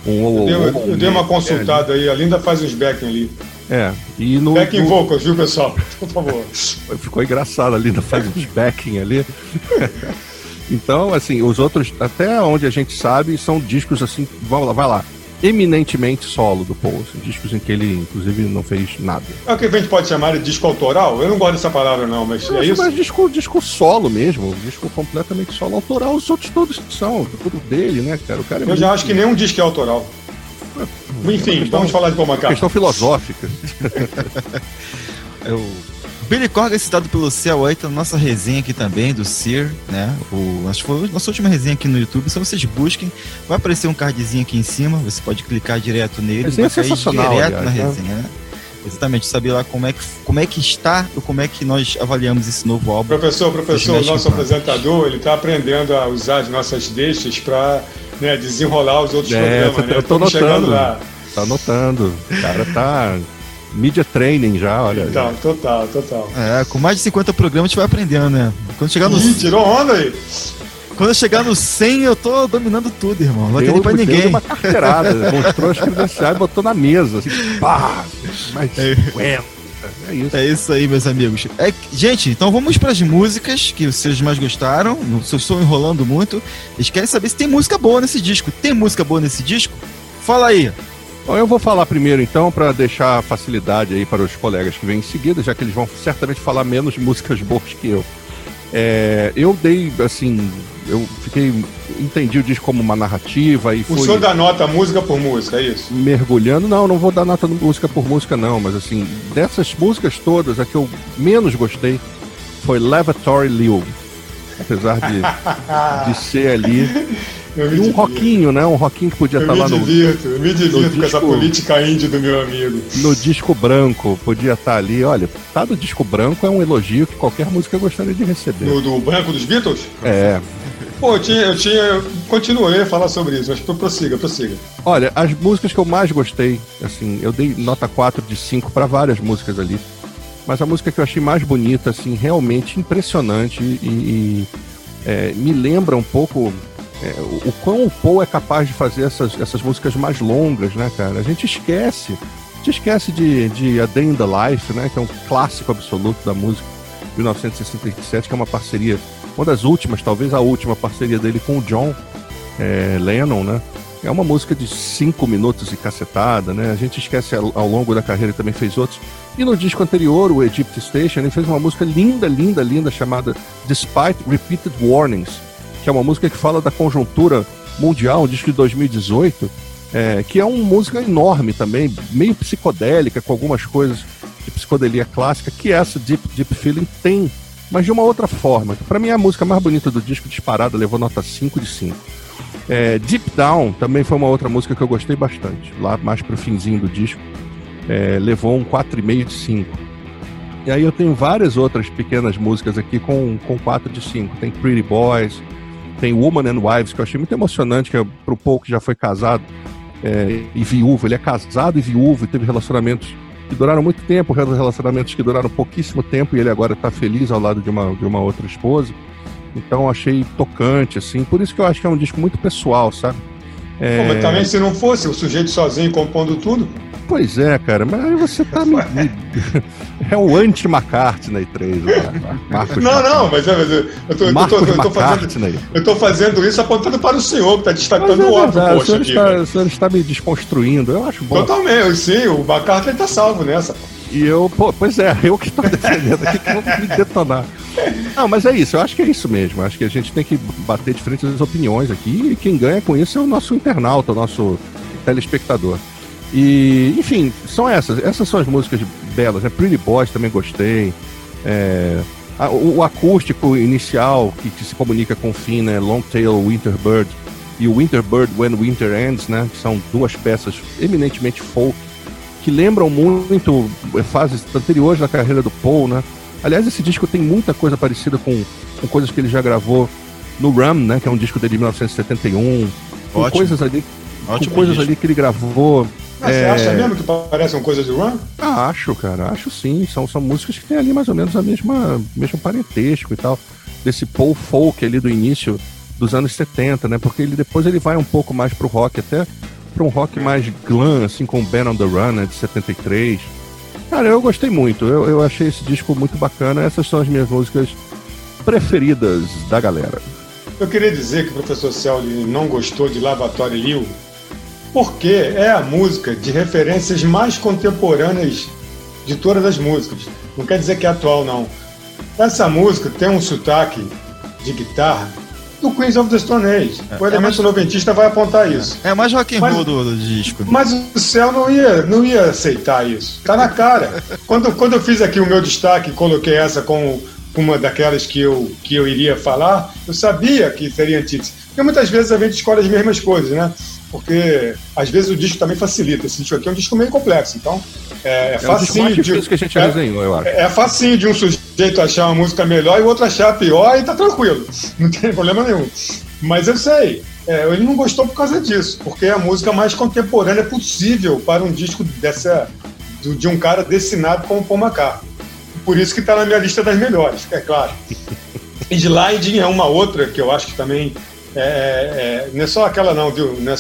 Eu dei uma consultada aí, a Linda faz uns backing ali. E no... Backing vocals, viu, pessoal? Por favor. Ficou engraçado, a Linda faz uns backing ali. Então, assim, os outros, até onde a gente sabe, são discos assim, vai lá, eminentemente solo do Paul, assim, discos em que ele, inclusive, não fez nada. É o que a gente pode chamar de disco autoral? Eu não gosto dessa palavra, não, mas é isso? Mas disco solo mesmo, disco completamente solo autoral, os outros todos são, tudo dele, né, cara? O cara eu já acho que nenhum disco é autoral. Enfim, vamos falar de Paul McCartney. Questão filosófica. Billy Corgan é citado pelo Céu aí, tá na nossa resenha aqui também, do Sir, né? Acho que foi a nossa última resenha aqui no YouTube, só vocês busquem, vai aparecer um cardzinho aqui em cima, você pode clicar direto nele, vai cair direto na resenha, né? Exatamente, saber lá como é que está ou como é que nós avaliamos esse novo álbum. Professor, o nosso apresentador, ele está aprendendo a usar as nossas deixas para, né, desenrolar os outros programas, né? Eu tô notando lá. Tá anotando, o cara tá... Media training já, olha. Total. Com mais de 50 programas a gente vai aprendendo, né? Quando chegar no... tirou onda aí! Quando eu chegar no 100, eu tô dominando tudo, irmão. Não vai ter nem pra ninguém. Deu uma carteirada, mostrou as credenciais e botou na mesa, assim, pá! Mas é isso aí, meus amigos. Gente, então vamos pras músicas que vocês mais gostaram. Se eu estou enrolando muito, eles querem saber se tem música boa nesse disco. Tem música boa nesse disco? Fala aí. Bom, eu vou falar primeiro então, para deixar facilidade aí para os colegas que vêm em seguida, já que eles vão certamente falar menos de músicas boas que eu. Eu dei, assim, entendi o disco como uma narrativa e fui... O senhor dá nota música por música, é isso? Mergulhando, não vou dar nota música por música não, mas assim, dessas músicas todas, a que eu menos gostei foi Lavatory Lil, apesar de ser ali... E um rockinho, né? Um rockinho que podia estar lá no... Eu me divirto com essa política indie do meu amigo. No disco branco, podia estar ali. Olha, tá do disco branco é um elogio que qualquer música gostaria de receber. Do branco dos Beatles? É. Pô, eu continuei a falar sobre isso, mas prossiga. Olha, as músicas que eu mais gostei, assim, eu dei nota 4 de 5 para várias músicas ali. Mas a música que eu achei mais bonita, assim, realmente impressionante e me lembra um pouco... o quão o Paul é capaz de fazer essas músicas mais longas, né, cara? A gente esquece de A Day in the Life, né, que é um clássico absoluto da música, 1967, que é uma parceria, uma das últimas, talvez a última parceria dele com o John Lennon, né? É uma música de 5 minutos e cacetada, né? A gente esquece ao longo da carreira, ele também fez outros. E no disco anterior, o Egypt Station, ele fez uma música linda, chamada Despite Repeated Warnings, que é uma música que fala da conjuntura mundial, um disco de 2018, que é uma música enorme também, meio psicodélica, com algumas coisas de psicodelia clássica, que essa Deep Feeling tem, mas de uma outra forma. Para mim é a música mais bonita do disco, disparada, levou nota 5 de 5. Deep Down também foi uma outra música que eu gostei bastante, lá mais pro finzinho do disco, levou um 4,5 de 5. E aí eu tenho várias outras pequenas músicas aqui com 4 de 5. Tem Pretty Boys, tem Woman and Wives, que eu achei muito emocionante, que é pro Paul que já foi casado e viúvo. Ele é casado e viúvo e teve relacionamentos que duraram muito tempo, relacionamentos que duraram pouquíssimo tempo, e ele agora tá feliz ao lado de uma outra esposa. Então eu achei tocante, assim. Por isso que eu acho que é um disco muito pessoal, sabe? Mas também se não fosse o sujeito sozinho compondo tudo... Pois é, cara, mas aí você tá é o anti-McCartney 3, né? Não, mas eu tô fazendo isso apontando para o senhor, que tá destacando o óbvio, poxa. O senhor está me desconstruindo, eu acho bom. Totalmente, sim, o McCartney tá salvo nessa. E eu que estou defendendo aqui, que vou me detonar. Não, mas é isso, eu acho que é isso mesmo. Acho que a gente tem que bater diferentes opiniões aqui, e quem ganha com isso é o nosso internauta, o nosso telespectador. E, enfim, são essas são as músicas belas, né? Pretty Boys também gostei. O acústico inicial que se comunica com o fim, né? Long Tail Winter Bird e o Winter Bird When Winter Ends, né? Que são duas peças eminentemente folk, que lembram muito fases anteriores da carreira do Paul, né? Aliás, esse disco tem muita coisa parecida com coisas que ele já gravou no Rum, né? Que é um disco dele de 1971. Com coisas ali que ele gravou. Você acha mesmo que parecem coisas do Rum? Acho, cara, acho sim. São músicas que têm ali mais ou menos mesmo parentesco e tal. Desse Paul folk ali do início dos anos 70, né? Porque depois ele vai um pouco mais pro rock, até para um rock mais glam, assim, com Ben on the Run, né, de 73. Cara, eu gostei muito. Eu achei esse disco muito bacana. Essas são as minhas músicas preferidas da galera. Eu queria dizer que o professor Celli não gostou de Lavatory Lil porque é a música de referências mais contemporâneas de todas as músicas. Não quer dizer que é atual, não. Essa música tem um sotaque de guitarra do Queens of the Stone Age. O elemento noventista vai apontar isso. É mais rock and roll do disco. Mas o Céu não ia aceitar isso. Tá na cara. Quando eu fiz aqui o meu destaque e coloquei essa como uma daquelas que eu iria falar, eu sabia que seria antítese. Porque muitas vezes a gente escolhe as mesmas coisas, né? Porque às vezes o disco também facilita. Esse disco aqui é um disco meio complexo, então é facinho mais difícil que a gente desenhou, eu acho. É facinho de um sujeito achar uma música melhor e o outro achar pior, e tá tranquilo, não tem problema nenhum. Mas eu sei, ele não gostou por causa disso, porque é a música mais contemporânea possível para um disco de um cara destinado como Paul McCartney. Por isso que tá na minha lista das melhores, é claro. Sliding é uma outra que eu acho que também não é só aquela não, viu? Não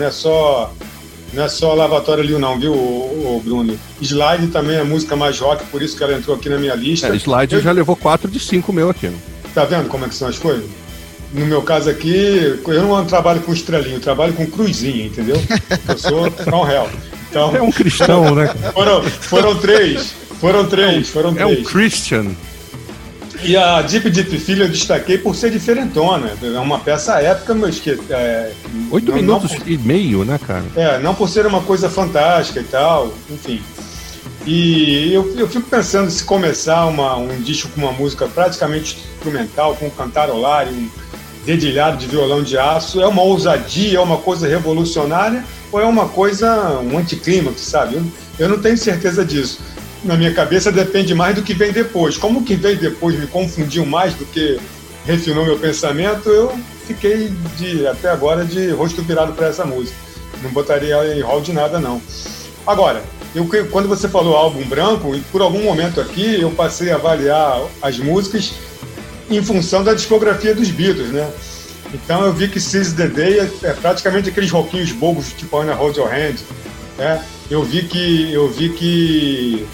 é só Lavatório Lil não, viu, o Bruno? Slide também é música mais rock, por isso que ela entrou aqui na minha lista. Slide já levou 4 de 5 meu aqui. Né? Tá vendo como é que são as coisas? No meu caso aqui, eu não trabalho com estrelinha, eu trabalho com cruzinha, entendeu? Eu sou from hell. Então, É um cristão, né? foram três. É um Christian. E a Deep Deep Filho eu destaquei por ser diferentona. É uma peça épica, mas que... 8 minutos e meio, né, cara? Não por ser uma coisa fantástica e tal, enfim. E eu fico pensando se começar um disco com uma música praticamente instrumental, com um cantarolar e um dedilhado de violão de aço, é uma ousadia, é uma coisa revolucionária ou é uma coisa, um anticlímax, sabe? Eu não tenho certeza disso. Na minha cabeça depende mais do que vem depois. Como o que veio depois me confundiu mais do que refinou meu pensamento, eu fiquei até agora de rosto virado para essa música. Não botaria em rol de nada, não. Agora, quando você falou álbum branco, por algum momento aqui eu passei a avaliar as músicas em função da discografia dos Beatles, né? Então eu vi que Seize the Day é praticamente aqueles roquinhos bobos, tipo Anna Hold Your Hand, né? Eu vi que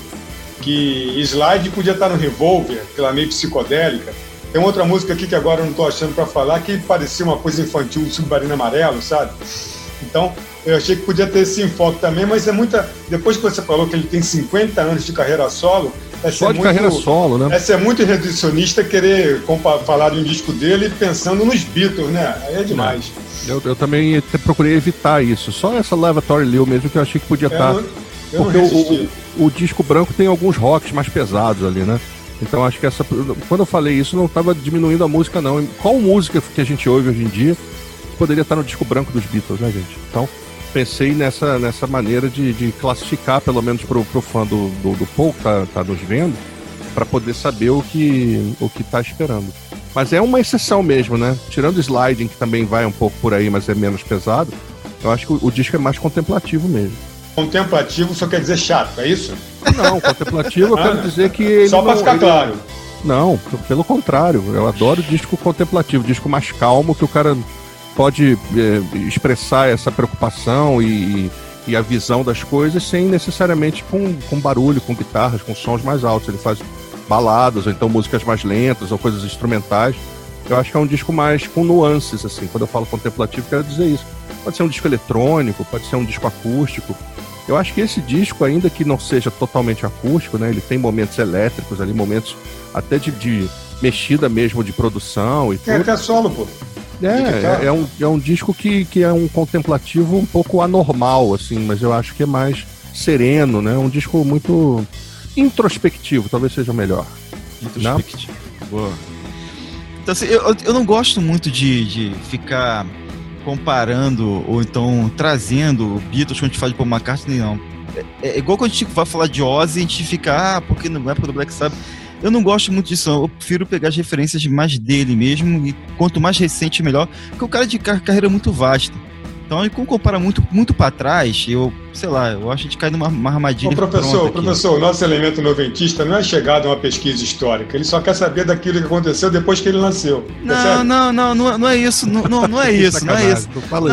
Slide podia estar no Revolver, aquela meio psicodélica. Tem outra música aqui que agora eu não estou achando para falar, que parecia uma coisa infantil, um Submarino Amarelo, sabe? Então, eu achei que podia ter esse enfoque também, mas é muita... Depois que você falou que ele tem 50 anos de carreira solo... Carreira solo, né? Essa é muito reducionista querer falar de um disco dele pensando nos Beatles, né? Aí é demais. Eu também procurei evitar isso. Só essa Lavatory Lil mesmo que eu achei que podia estar... Porque o disco branco tem alguns rocks mais pesados ali, né? Então acho que quando eu falei isso, não estava diminuindo a música, não. Qual música que a gente ouve hoje em dia poderia estar no disco branco dos Beatles, né, gente? Então, pensei nessa maneira de classificar, pelo menos pro fã do Paul que tá nos vendo, para poder saber o que tá esperando. Mas é uma exceção mesmo, né? Tirando o Sliding, que também vai um pouco por aí, mas é menos pesado, eu acho que o disco é mais contemplativo mesmo. Contemplativo só quer dizer chato, é isso? Não, contemplativo eu quero dizer que ele só para ficar claro. Não, pelo contrário, eu adoro disco contemplativo, disco mais calmo, que o cara pode expressar essa preocupação e a visão das coisas sem necessariamente com barulho, com guitarras, com sons mais altos. Ele faz baladas, ou então músicas mais lentas, ou coisas instrumentais. Eu acho que é um disco mais com nuances, assim. Quando eu falo contemplativo, quero dizer isso. Pode ser um disco eletrônico, pode ser um disco acústico. Eu acho que esse disco, ainda que não seja totalmente acústico, né, ele tem momentos elétricos ali, momentos até de mexida mesmo de produção e tudo. Até solo, pô. É um disco que é um contemplativo um pouco anormal, assim, mas eu acho que é mais sereno, né? Um disco muito introspectivo, talvez seja melhor. Introspectivo. Boa. Então, assim, eu não gosto muito de ficar comparando ou então trazendo o Beatles quando a gente fala de Paul McCartney, não. É igual quando a gente vai falar de Ozzy, a gente fica, porque na época do Black Sabbath. Eu não gosto muito disso, eu prefiro pegar as referências mais dele mesmo, e quanto mais recente, melhor, porque o cara de carreira é muito vasta. Então, quando compara muito para trás, eu acho que a gente cai numa armadilha. Professor, o nosso elemento noventista não é chegado a uma pesquisa histórica, ele só quer saber daquilo que aconteceu depois que ele nasceu. Não é isso, não é isso, não é isso.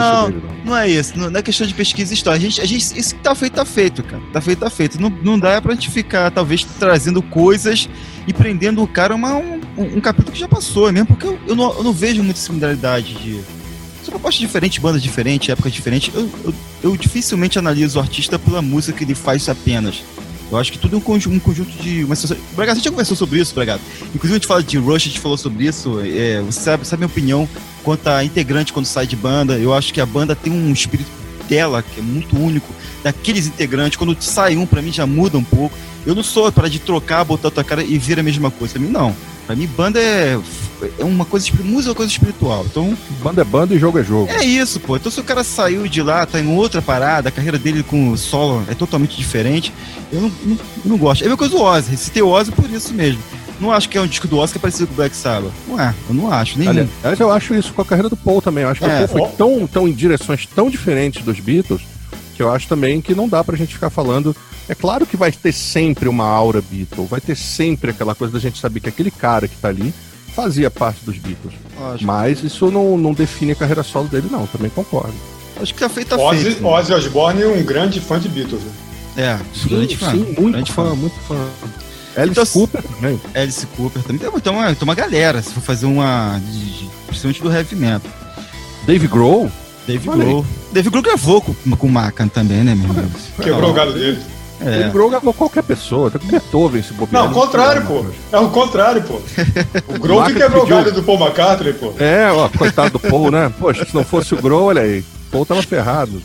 Não é isso, não é questão de pesquisa histórica. Isso que tá feito, cara. Tá feito. Não dá pra gente ficar, talvez, trazendo coisas e prendendo o cara a um capítulo que já passou, mesmo porque eu não vejo muita similaridade de... São propostas diferentes, bandas diferentes, épocas diferentes. Eu dificilmente analiso o artista pela música que ele faz apenas. Eu acho que tudo é um conjunto de... Bragado, a gente já conversou sobre isso, Bragado. Inclusive, a gente fala de Rush, a gente falou sobre isso. Você sabe a minha opinião quanto a integrante quando sai de banda. Eu acho que a banda tem um espírito dela, que é muito único, daqueles integrantes. Quando sai um, pra mim, já muda um pouco. Eu não sou para de trocar, botar a tua cara e ver a mesma coisa. Pra mim, não. Pra mim, banda é uma coisa... Música é uma coisa espiritual. Então, banda é banda e jogo é jogo. É isso, pô. Então, se o cara saiu de lá, tá em outra parada, a carreira dele com o solo é totalmente diferente, eu não gosto. É a mesma coisa do Ozzy. Citei o Ozzy por isso mesmo. Não acho que é um disco do Ozzy que é parecido com o Black Sabbath. Não é, eu não acho. Aliás, eu acho isso com a carreira do Paul também. Eu acho que o Paul foi tão em direções tão diferentes dos Beatles, que eu acho também que não dá pra gente ficar falando... É claro que vai ter sempre uma aura Beatle, vai ter sempre aquela coisa da gente saber que aquele cara que tá ali fazia parte dos Beatles. Mas isso não define a carreira solo dele, não, também concordo. Acho que tá feito. Ozzy Osbourne é um grande fã de Beatles. Né? Sim, muito fã. Alice Cooper também. Alice Cooper também. Tem uma galera, se for fazer principalmente do heavy metal. Dave Grohl. Dave Grohl gravou com o Maca também, né, meu irmão? Quebrou o galho dele. Dave Grohl gravou qualquer pessoa, até com Beethoven se bobear. Não, o contrário, pô. É o contrário, pô. O Grohl que quebrou o galho do Paul McCartney, pô. Coitado do Paul, né? Poxa, se não fosse o Grohl, olha aí, o Paul tava ferrado.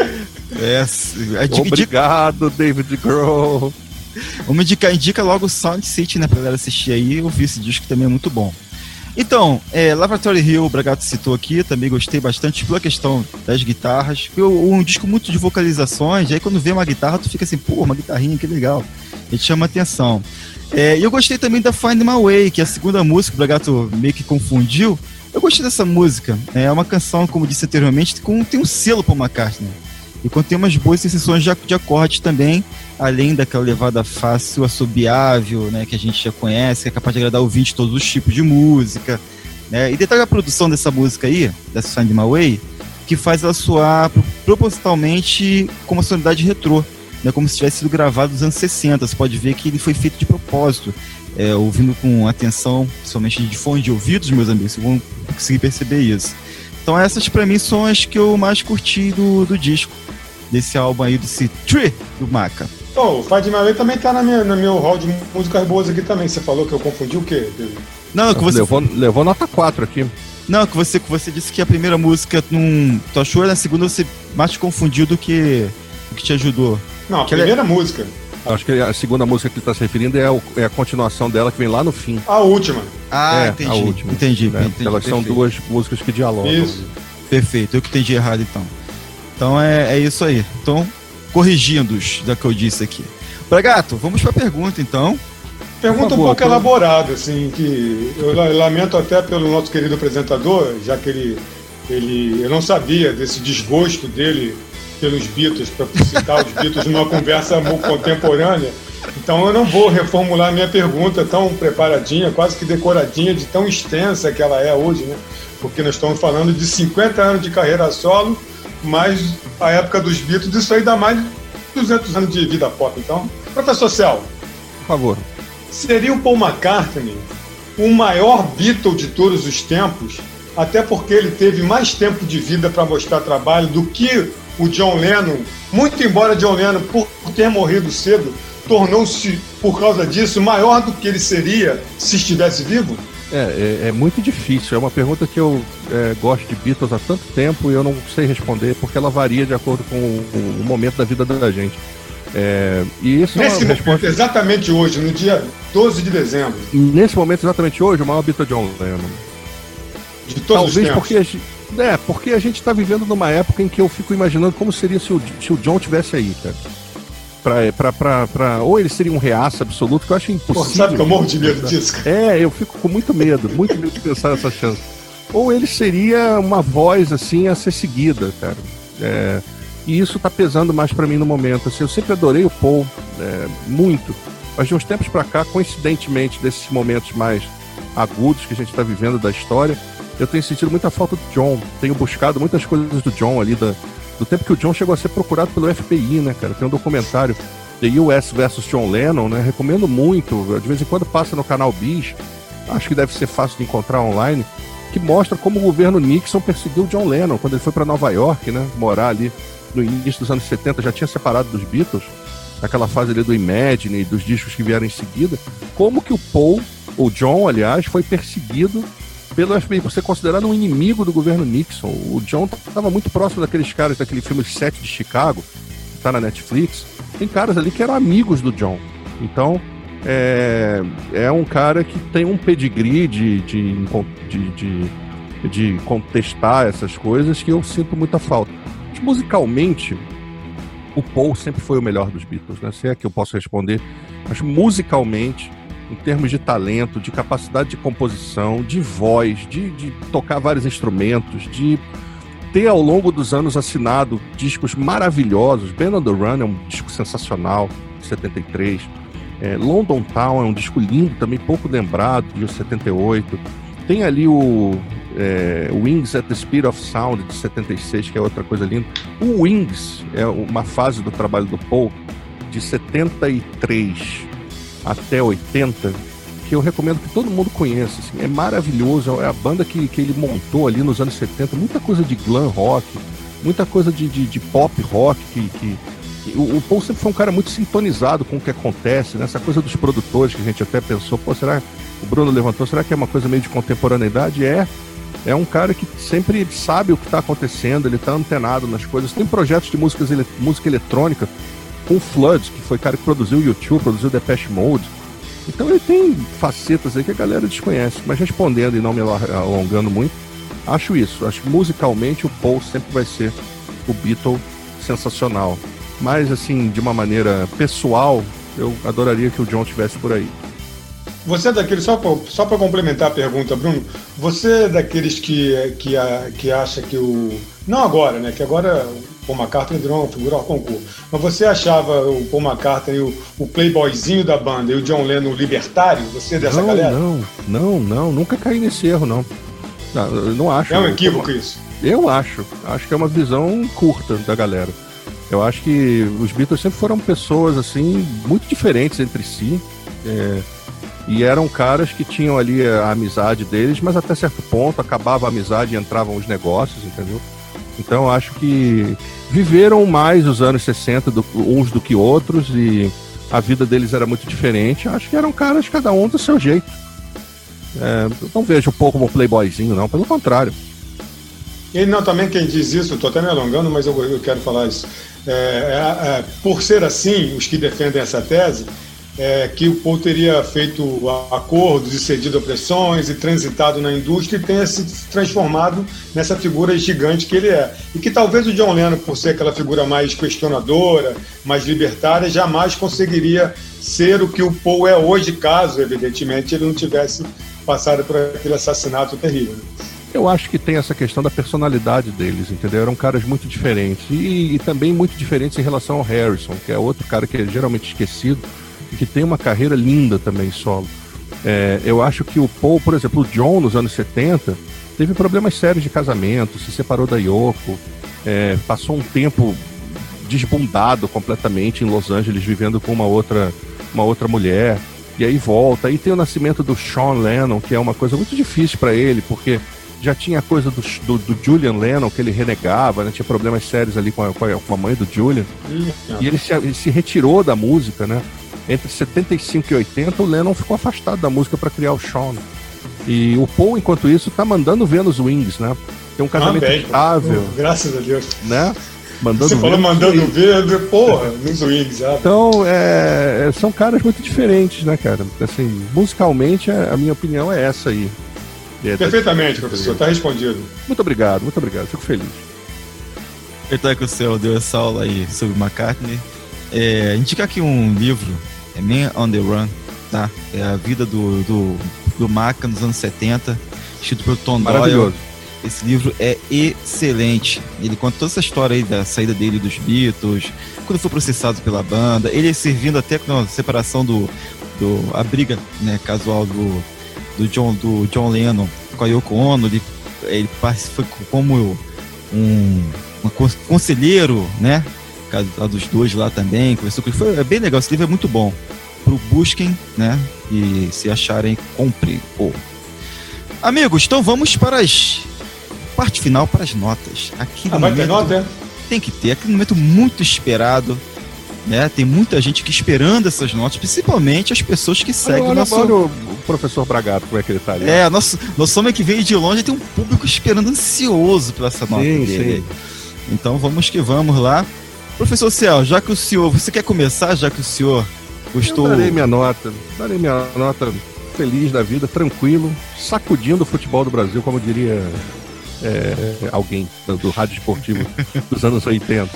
Obrigado, David Grohl. Vamos indica logo o Sound City, né, pra galera assistir aí. Eu vi esse disco que também é muito bom. Então, Laboratory Hill, o Bragato citou aqui, também gostei bastante pela questão das guitarras. Um disco muito de vocalizações, aí quando vê uma guitarra, tu fica assim, pô, uma guitarrinha, que legal. Ele chama atenção. E eu gostei também da Find My Way, que é a segunda música, o Bragato meio que confundiu. Eu gostei dessa música. É uma canção, como disse anteriormente, tem um selo Paul McCartney. E contém umas boas sensações de acordes também, além daquela levada fácil, assobiável, né, que a gente já conhece, que é capaz de agradar o ouvinte de todos os tipos de música, né? E detalhe a produção dessa música aí, dessa Find My Way, que faz ela soar propositalmente com uma sonoridade retrô, né, como se tivesse sido gravado nos anos 60. Você pode ver que ele foi feito de propósito, ouvindo com atenção, principalmente de fone de ouvidos, meus amigos, vocês vão conseguir perceber isso. Então essas pra mim são as que eu mais curti do disco, desse álbum aí, desse Tree do Maca. O Find My Way também tá no meu hall de músicas boas aqui também. Você falou que eu confundi o quê? Não, que você... Levou nota 4 aqui. Não, que você disse que a primeira música tu achou, e na segunda você mais te confundiu do que te ajudou. Não, a primeira música. Acho que a segunda música que ele tá se referindo é a continuação dela, que vem lá no fim. A última. Entendi. A última. Entendi. Elas são duas músicas que dialogam. Isso. Perfeito, eu que entendi errado então. Então é isso aí. Então, corrigindo-os da que eu disse aqui. Bragato, vamos para a pergunta então. Pergunta um pouco elaborada, assim, que eu lamento até pelo nosso querido apresentador, já que eu não sabia desse desgosto dele pelos Beatles, para citar os Beatles numa conversa contemporânea. Então eu não vou reformular minha pergunta tão preparadinha, quase que decoradinha, de tão extensa que ela é hoje, né? Porque nós estamos falando de 50 anos de carreira solo, mais a época dos Beatles, isso aí dá mais de 200 anos de vida pop. Então, professor Cel, por favor. Seria o Paul McCartney o maior Beatle de todos os tempos, até porque ele teve mais tempo de vida para mostrar trabalho do que o John Lennon, muito embora John Lennon, por ter morrido cedo, tornou-se, por causa disso, maior do que ele seria se estivesse vivo? É muito difícil, é uma pergunta que eu gosto de Beatles há tanto tempo e eu não sei responder, porque ela varia de acordo com o momento da vida da gente. E isso nesse momento, exatamente hoje, no dia 12 de dezembro. Nesse momento, exatamente hoje, o maior Beatle John Lennon. De todos os tempos. Porque a gente está vivendo numa época em que eu fico imaginando como seria se o John tivesse aí, cara. Ou ele seria um reaça absoluto, que eu acho impossível. Pô, sabe que eu morro de medo disso, cara? Eu fico com muito medo de pensar nessa chance. Ou ele seria uma voz, assim, a ser seguida, cara. E isso tá pesando mais pra mim no momento. Assim, eu sempre adorei o Paul, muito. Mas de uns tempos pra cá, coincidentemente, desses momentos mais agudos que a gente tá vivendo da história, eu tenho sentido muita falta do John. Tenho buscado muitas coisas do John ali, do tempo que o John chegou a ser procurado pelo FBI, né, cara? Tem um documentário, The US vs. John Lennon, né? Recomendo muito. De vez em quando passa no canal Bis, acho que deve ser fácil de encontrar online, que mostra como o governo Nixon perseguiu o John Lennon quando ele foi para Nova York, né? Morar ali no início dos anos 70, já tinha separado dos Beatles, naquela fase ali do Imagine e dos discos que vieram em seguida. Como que o Paul, o John, aliás, foi perseguido pelo FBI, por ser considerado um inimigo do governo Nixon. O John estava muito próximo daqueles caras daquele filme 7 de Chicago, que está na Netflix. Tem caras ali que eram amigos do John. Então, é um cara que tem um pedigree de contestar essas coisas que eu sinto muita falta. Mas, musicalmente, o Paul sempre foi o melhor dos Beatles, né? Se é que eu posso responder. Mas musicalmente, em termos de talento, de capacidade de composição, de voz, de tocar vários instrumentos, de ter ao longo dos anos assinado discos maravilhosos. Band on the Run é um disco sensacional, de 73. London Town é um disco lindo, também pouco lembrado, de 78. Tem ali o Wings at the Speed of Sound, de 76, que é outra coisa linda. O Wings é uma fase do trabalho do Paul, de 73 até 80, que eu recomendo que todo mundo conheça, assim. É maravilhoso, é a banda que ele montou ali nos anos 70, muita coisa de glam rock, muita coisa de pop, rock, o Paul sempre foi um cara muito sintonizado com o que acontece, né? Essa coisa dos produtores que a gente até pensou, pô, será, o Bruno levantou, será que é uma coisa meio de contemporaneidade? É um cara que sempre sabe o que está acontecendo, ele está antenado nas coisas. Tem projetos de música eletrônica com o Flood, que foi o cara que produziu o YouTube, produziu Depeche Mode. Então ele tem facetas aí que a galera desconhece. Mas respondendo e não me alongando muito, acho isso. Acho que musicalmente o Paul sempre vai ser o Beatle sensacional. Mas assim, de uma maneira pessoal, eu adoraria que o John estivesse por aí. Você é daqueles, só para complementar a pergunta, Bruno, você é daqueles que acha que o... Não agora, né? Que agora o Paul McCartney virou uma figura ao concurso. Mas você achava o Paul McCartney o playboyzinho da banda e o John Lennon libertário? Você é dessa galera? Não. Nunca caí nesse erro, não. Eu não acho. É um equívoco isso? Eu acho. Acho que é uma visão curta da galera. Eu acho que os Beatles sempre foram pessoas, assim, muito diferentes entre si. E eram caras que tinham ali a amizade deles, mas até certo ponto acabava a amizade e entravam os negócios, entendeu? Então eu acho que viveram mais os anos 60 uns do que outros e a vida deles era muito diferente. Eu acho que eram caras, cada um do seu jeito. Eu não vejo um pouco como playboyzinho, não, pelo contrário. E não, também quem diz isso, estou até me alongando, mas eu quero falar isso. Por ser assim, os que defendem essa tese, que o Paul teria feito acordos e cedido a pressões e transitado na indústria e tenha se transformado nessa figura gigante que ele é. E que talvez o John Lennon, por ser aquela figura mais questionadora, mais libertária, jamais conseguiria ser o que o Paul é hoje, caso, evidentemente, ele não tivesse passado por aquele assassinato terrível. Eu acho que tem essa questão da personalidade deles, entendeu? Eram caras muito diferentes e também muito diferentes em relação ao Harrison, que é outro cara que é geralmente esquecido e que tem uma carreira linda também solo. Eu acho que o Paul, por exemplo, o John nos anos 70 teve problemas sérios de casamento, se separou da Yoko, passou um tempo desbundado completamente em Los Angeles, vivendo com uma outra mulher, e aí volta. Aí tem o nascimento do Sean Lennon, que é uma coisa muito difícil para ele, porque já tinha a coisa do Julian Lennon, que ele renegava, né? Tinha problemas sérios ali com a mãe do Julian. E ele se retirou da música, né? Entre 75 e 80, o Lennon ficou afastado da música para criar o Sean. E o Paul, enquanto isso, tá mandando ver nos Wings, né? Tem um casamento estável. Graças a Deus. Né? Você falou mandando ver, porra, nos Wings. Então, são caras muito diferentes, né, cara? Assim, musicalmente, a minha opinião é essa aí. Perfeitamente, professor, está respondido. Muito obrigado, fico feliz. Aproveitar que o senhor deu essa aula aí sobre McCartney, indicar aqui um livro, Man on the Run, tá? É a vida do Maca nos anos 70, escrito pelo Tom Doyle. Esse livro é excelente. Ele conta toda essa história aí da saída dele dos Beatles, quando foi processado pela banda, ele servindo até com a separação a briga, né, casual do John Lennon com a Yoko Ono. Ele foi como um conselheiro, né? Dos dois lá também, conversou com ele. É bem legal, esse livro é muito bom. Busquem, né? E se acharem, comprem. Amigos, então vamos para parte final, para as notas. Aqui no vai ter nota? Tem que ter, aquele momento muito esperado, né? Tem muita gente que esperando essas notas, principalmente as pessoas que seguem o nosso... o professor Bragato, como é que ele tá ali? Nosso homem que veio de longe tem um público esperando, ansioso pela essa nota dele. Sim. Então vamos que vamos lá. Professor Ciel, já que o senhor... Você quer começar, já que o senhor gostou... Eu darei minha nota feliz da vida, tranquilo, sacudindo o futebol do Brasil, como diria alguém do rádio esportivo dos anos 80.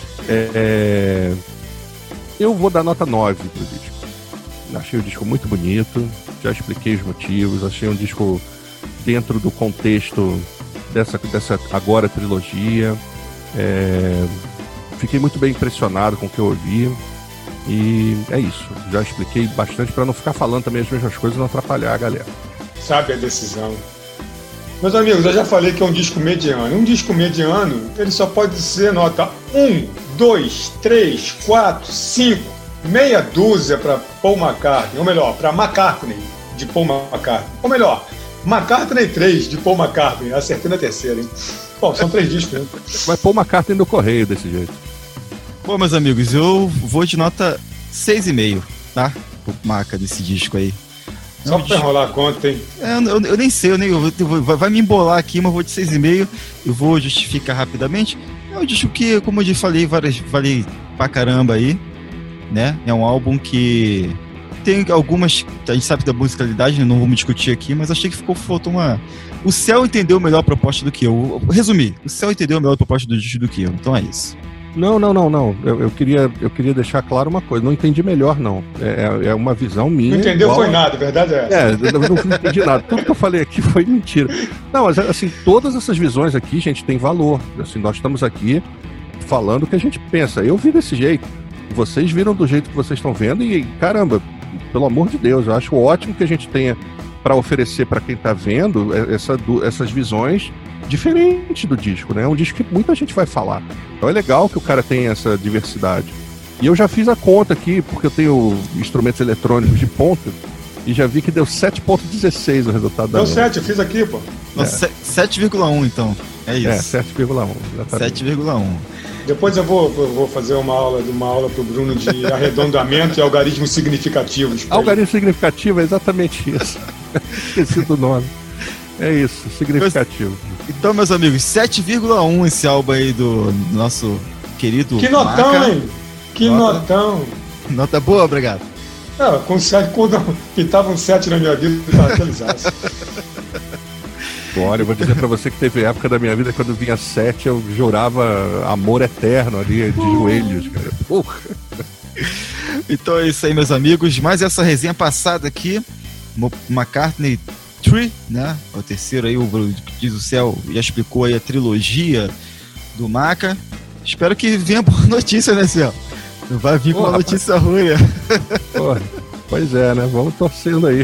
Eu vou dar nota 9 pro disco. Achei o disco muito bonito, já expliquei os motivos, achei um disco dentro do contexto dessa agora trilogia. Fiquei muito bem impressionado com o que eu ouvi. E é isso, já expliquei bastante para não ficar falando também as mesmas coisas e não atrapalhar a galera. Sabe a decisão. Meus amigos, eu já falei que é um disco mediano. Um disco mediano, ele só pode ser nota 1, 2, 3, 4, 5, meia dúzia para Paul McCartney, ou melhor, para McCartney de Paul McCartney. Ou melhor, McCartney 3 de Paul McCartney, acertei na terceira, hein? Bom, são 3 discos, né? Vai pôr uma carta no correio desse jeito. Bom, meus amigos, eu vou de nota 6,5, tá? Pro Maca desse disco aí. Só pra enrolar a conta, hein? Eu nem sei, vai me embolar aqui, mas eu vou de 6,5. Eu vou justificar rapidamente. É um disco que, como eu já falei, falei pra caramba aí, né? É um álbum que tem algumas... A gente sabe da musicalidade, não vamos discutir aqui, mas achei que faltou uma... O Céu entendeu melhor a proposta do que eu. Resumir, o Céu entendeu melhor a proposta do disco do que eu. Então é isso. Não. Eu queria deixar claro uma coisa. Não entendi melhor, não. É uma visão minha. Não entendeu foi nada, a verdade é essa. Eu não entendi nada. Tudo que eu falei aqui foi mentira. Não, mas assim, todas essas visões aqui, gente, tem valor. Assim, nós estamos aqui falando o que a gente pensa. Eu vi desse jeito. Vocês viram do jeito que vocês estão vendo e, caramba, pelo amor de Deus, eu acho ótimo que a gente tenha para oferecer para quem está vendo essas visões diferentes do disco, né? É um disco que muita gente vai falar. Então é legal que o cara tenha essa diversidade. E eu já fiz a conta aqui, porque eu tenho instrumentos eletrônicos de ponta, e já vi que deu 7,16 o resultado da Deu 7, eu fiz aqui, pô. 7,1 então. É isso. 7,1. 7,1. Depois eu vou fazer uma aula pro Bruno de arredondamento e algarismos significativos. Algarismo significativo é exatamente isso. Esqueci do nome. É isso, significativo. Então, meus amigos, 7,1 esse álbum aí do nosso querido Que notão, Maca. hein? Que notão. Nota boa, obrigado. Com 7, quando pintava um 7 na minha vida, eu tava feliz. Olha, eu vou dizer pra você que teve época da minha vida quando vinha 7, eu jurava amor eterno ali, de joelhos, cara. Porra. Então é isso aí, meus amigos. Mais essa resenha passada aqui, McCartney 3, né? O terceiro aí, o Diz o Céu já explicou aí a trilogia do Maca. Espero que venha boa notícia, né, Céu? Não vai vir com uma notícia ruim, né? Porra. Pois é, né? Vamos torcendo aí.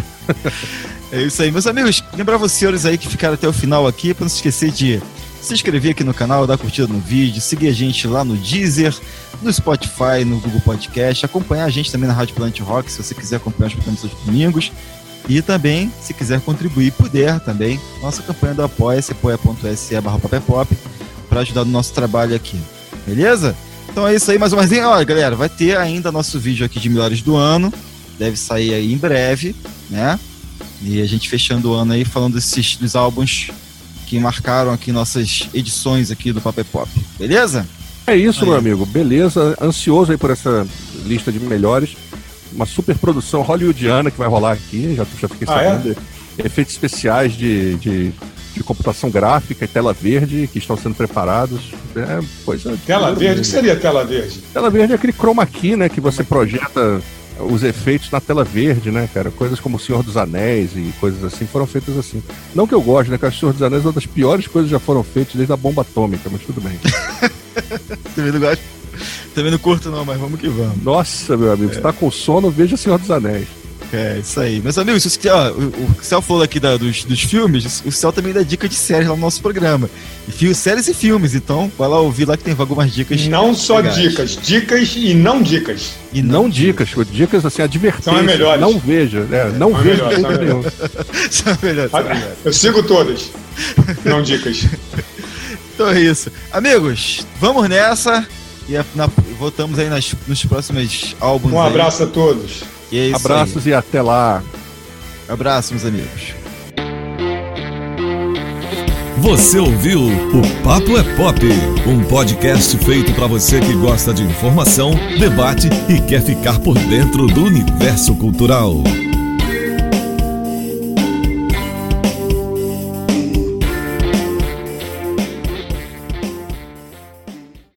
É isso aí, meus amigos. Lembrar vocês senhores aí que ficaram até o final aqui, para não se esquecer de se inscrever aqui no canal, dar curtida no vídeo, seguir a gente lá no Deezer, no Spotify, no Google Podcast, acompanhar a gente também na Rádio Planet Rock, se você quiser acompanhar os programas aos domingos. E também, se quiser contribuir, puder também, nossa campanha do Apoia-se, apoia.se/papepop, para ajudar no nosso trabalho aqui. Beleza? Então é isso aí, mais uma vez. Olha, galera, vai ter ainda nosso vídeo aqui de melhores do ano. Deve sair aí em breve, né? E a gente fechando o ano aí falando dos álbuns que marcaram aqui nossas edições aqui do Papepop. Beleza? É isso, aí, meu amigo. Beleza. Ansioso aí por essa lista de melhores. Uma super produção hollywoodiana que vai rolar aqui, já fiquei sabendo. Efeitos especiais de computação gráfica e tela verde que estão sendo preparados. É coisa. Tela verde? O que seria tela verde? Tela verde é aquele chroma key, né? Que você projeta os efeitos na tela verde, né, cara? Coisas como O Senhor dos Anéis e coisas assim foram feitas assim. Não que eu goste, né? Que O Senhor dos Anéis é uma das piores coisas que já foram feitas desde a bomba atômica, mas tudo bem. Também não gosto. Também não curto não, mas vamos que vamos. Nossa, meu amigo, você tá com sono, veja O Senhor dos Anéis. É, isso aí. Meus amigos, se você, o Céu falou aqui dos filmes, o Céu também dá dica de séries lá no nosso programa. Séries e filmes, então vai lá ouvir lá que tem algumas dicas. Não só legais. Dicas e não dicas. E não dicas, dicas assim, advertências. São as melhores. Não veja, não veja de jeito nenhum. São as melhores. Eu sigo todas, não dicas. Então é isso. Amigos, vamos nessa e voltamos aí nos próximos álbuns. Um abraço a todos. E é isso. Abraços aí. E até lá. Abraço, meus amigos. Você ouviu o Papo é Pop, um podcast feito para você que gosta de informação, debate e quer ficar por dentro do universo cultural.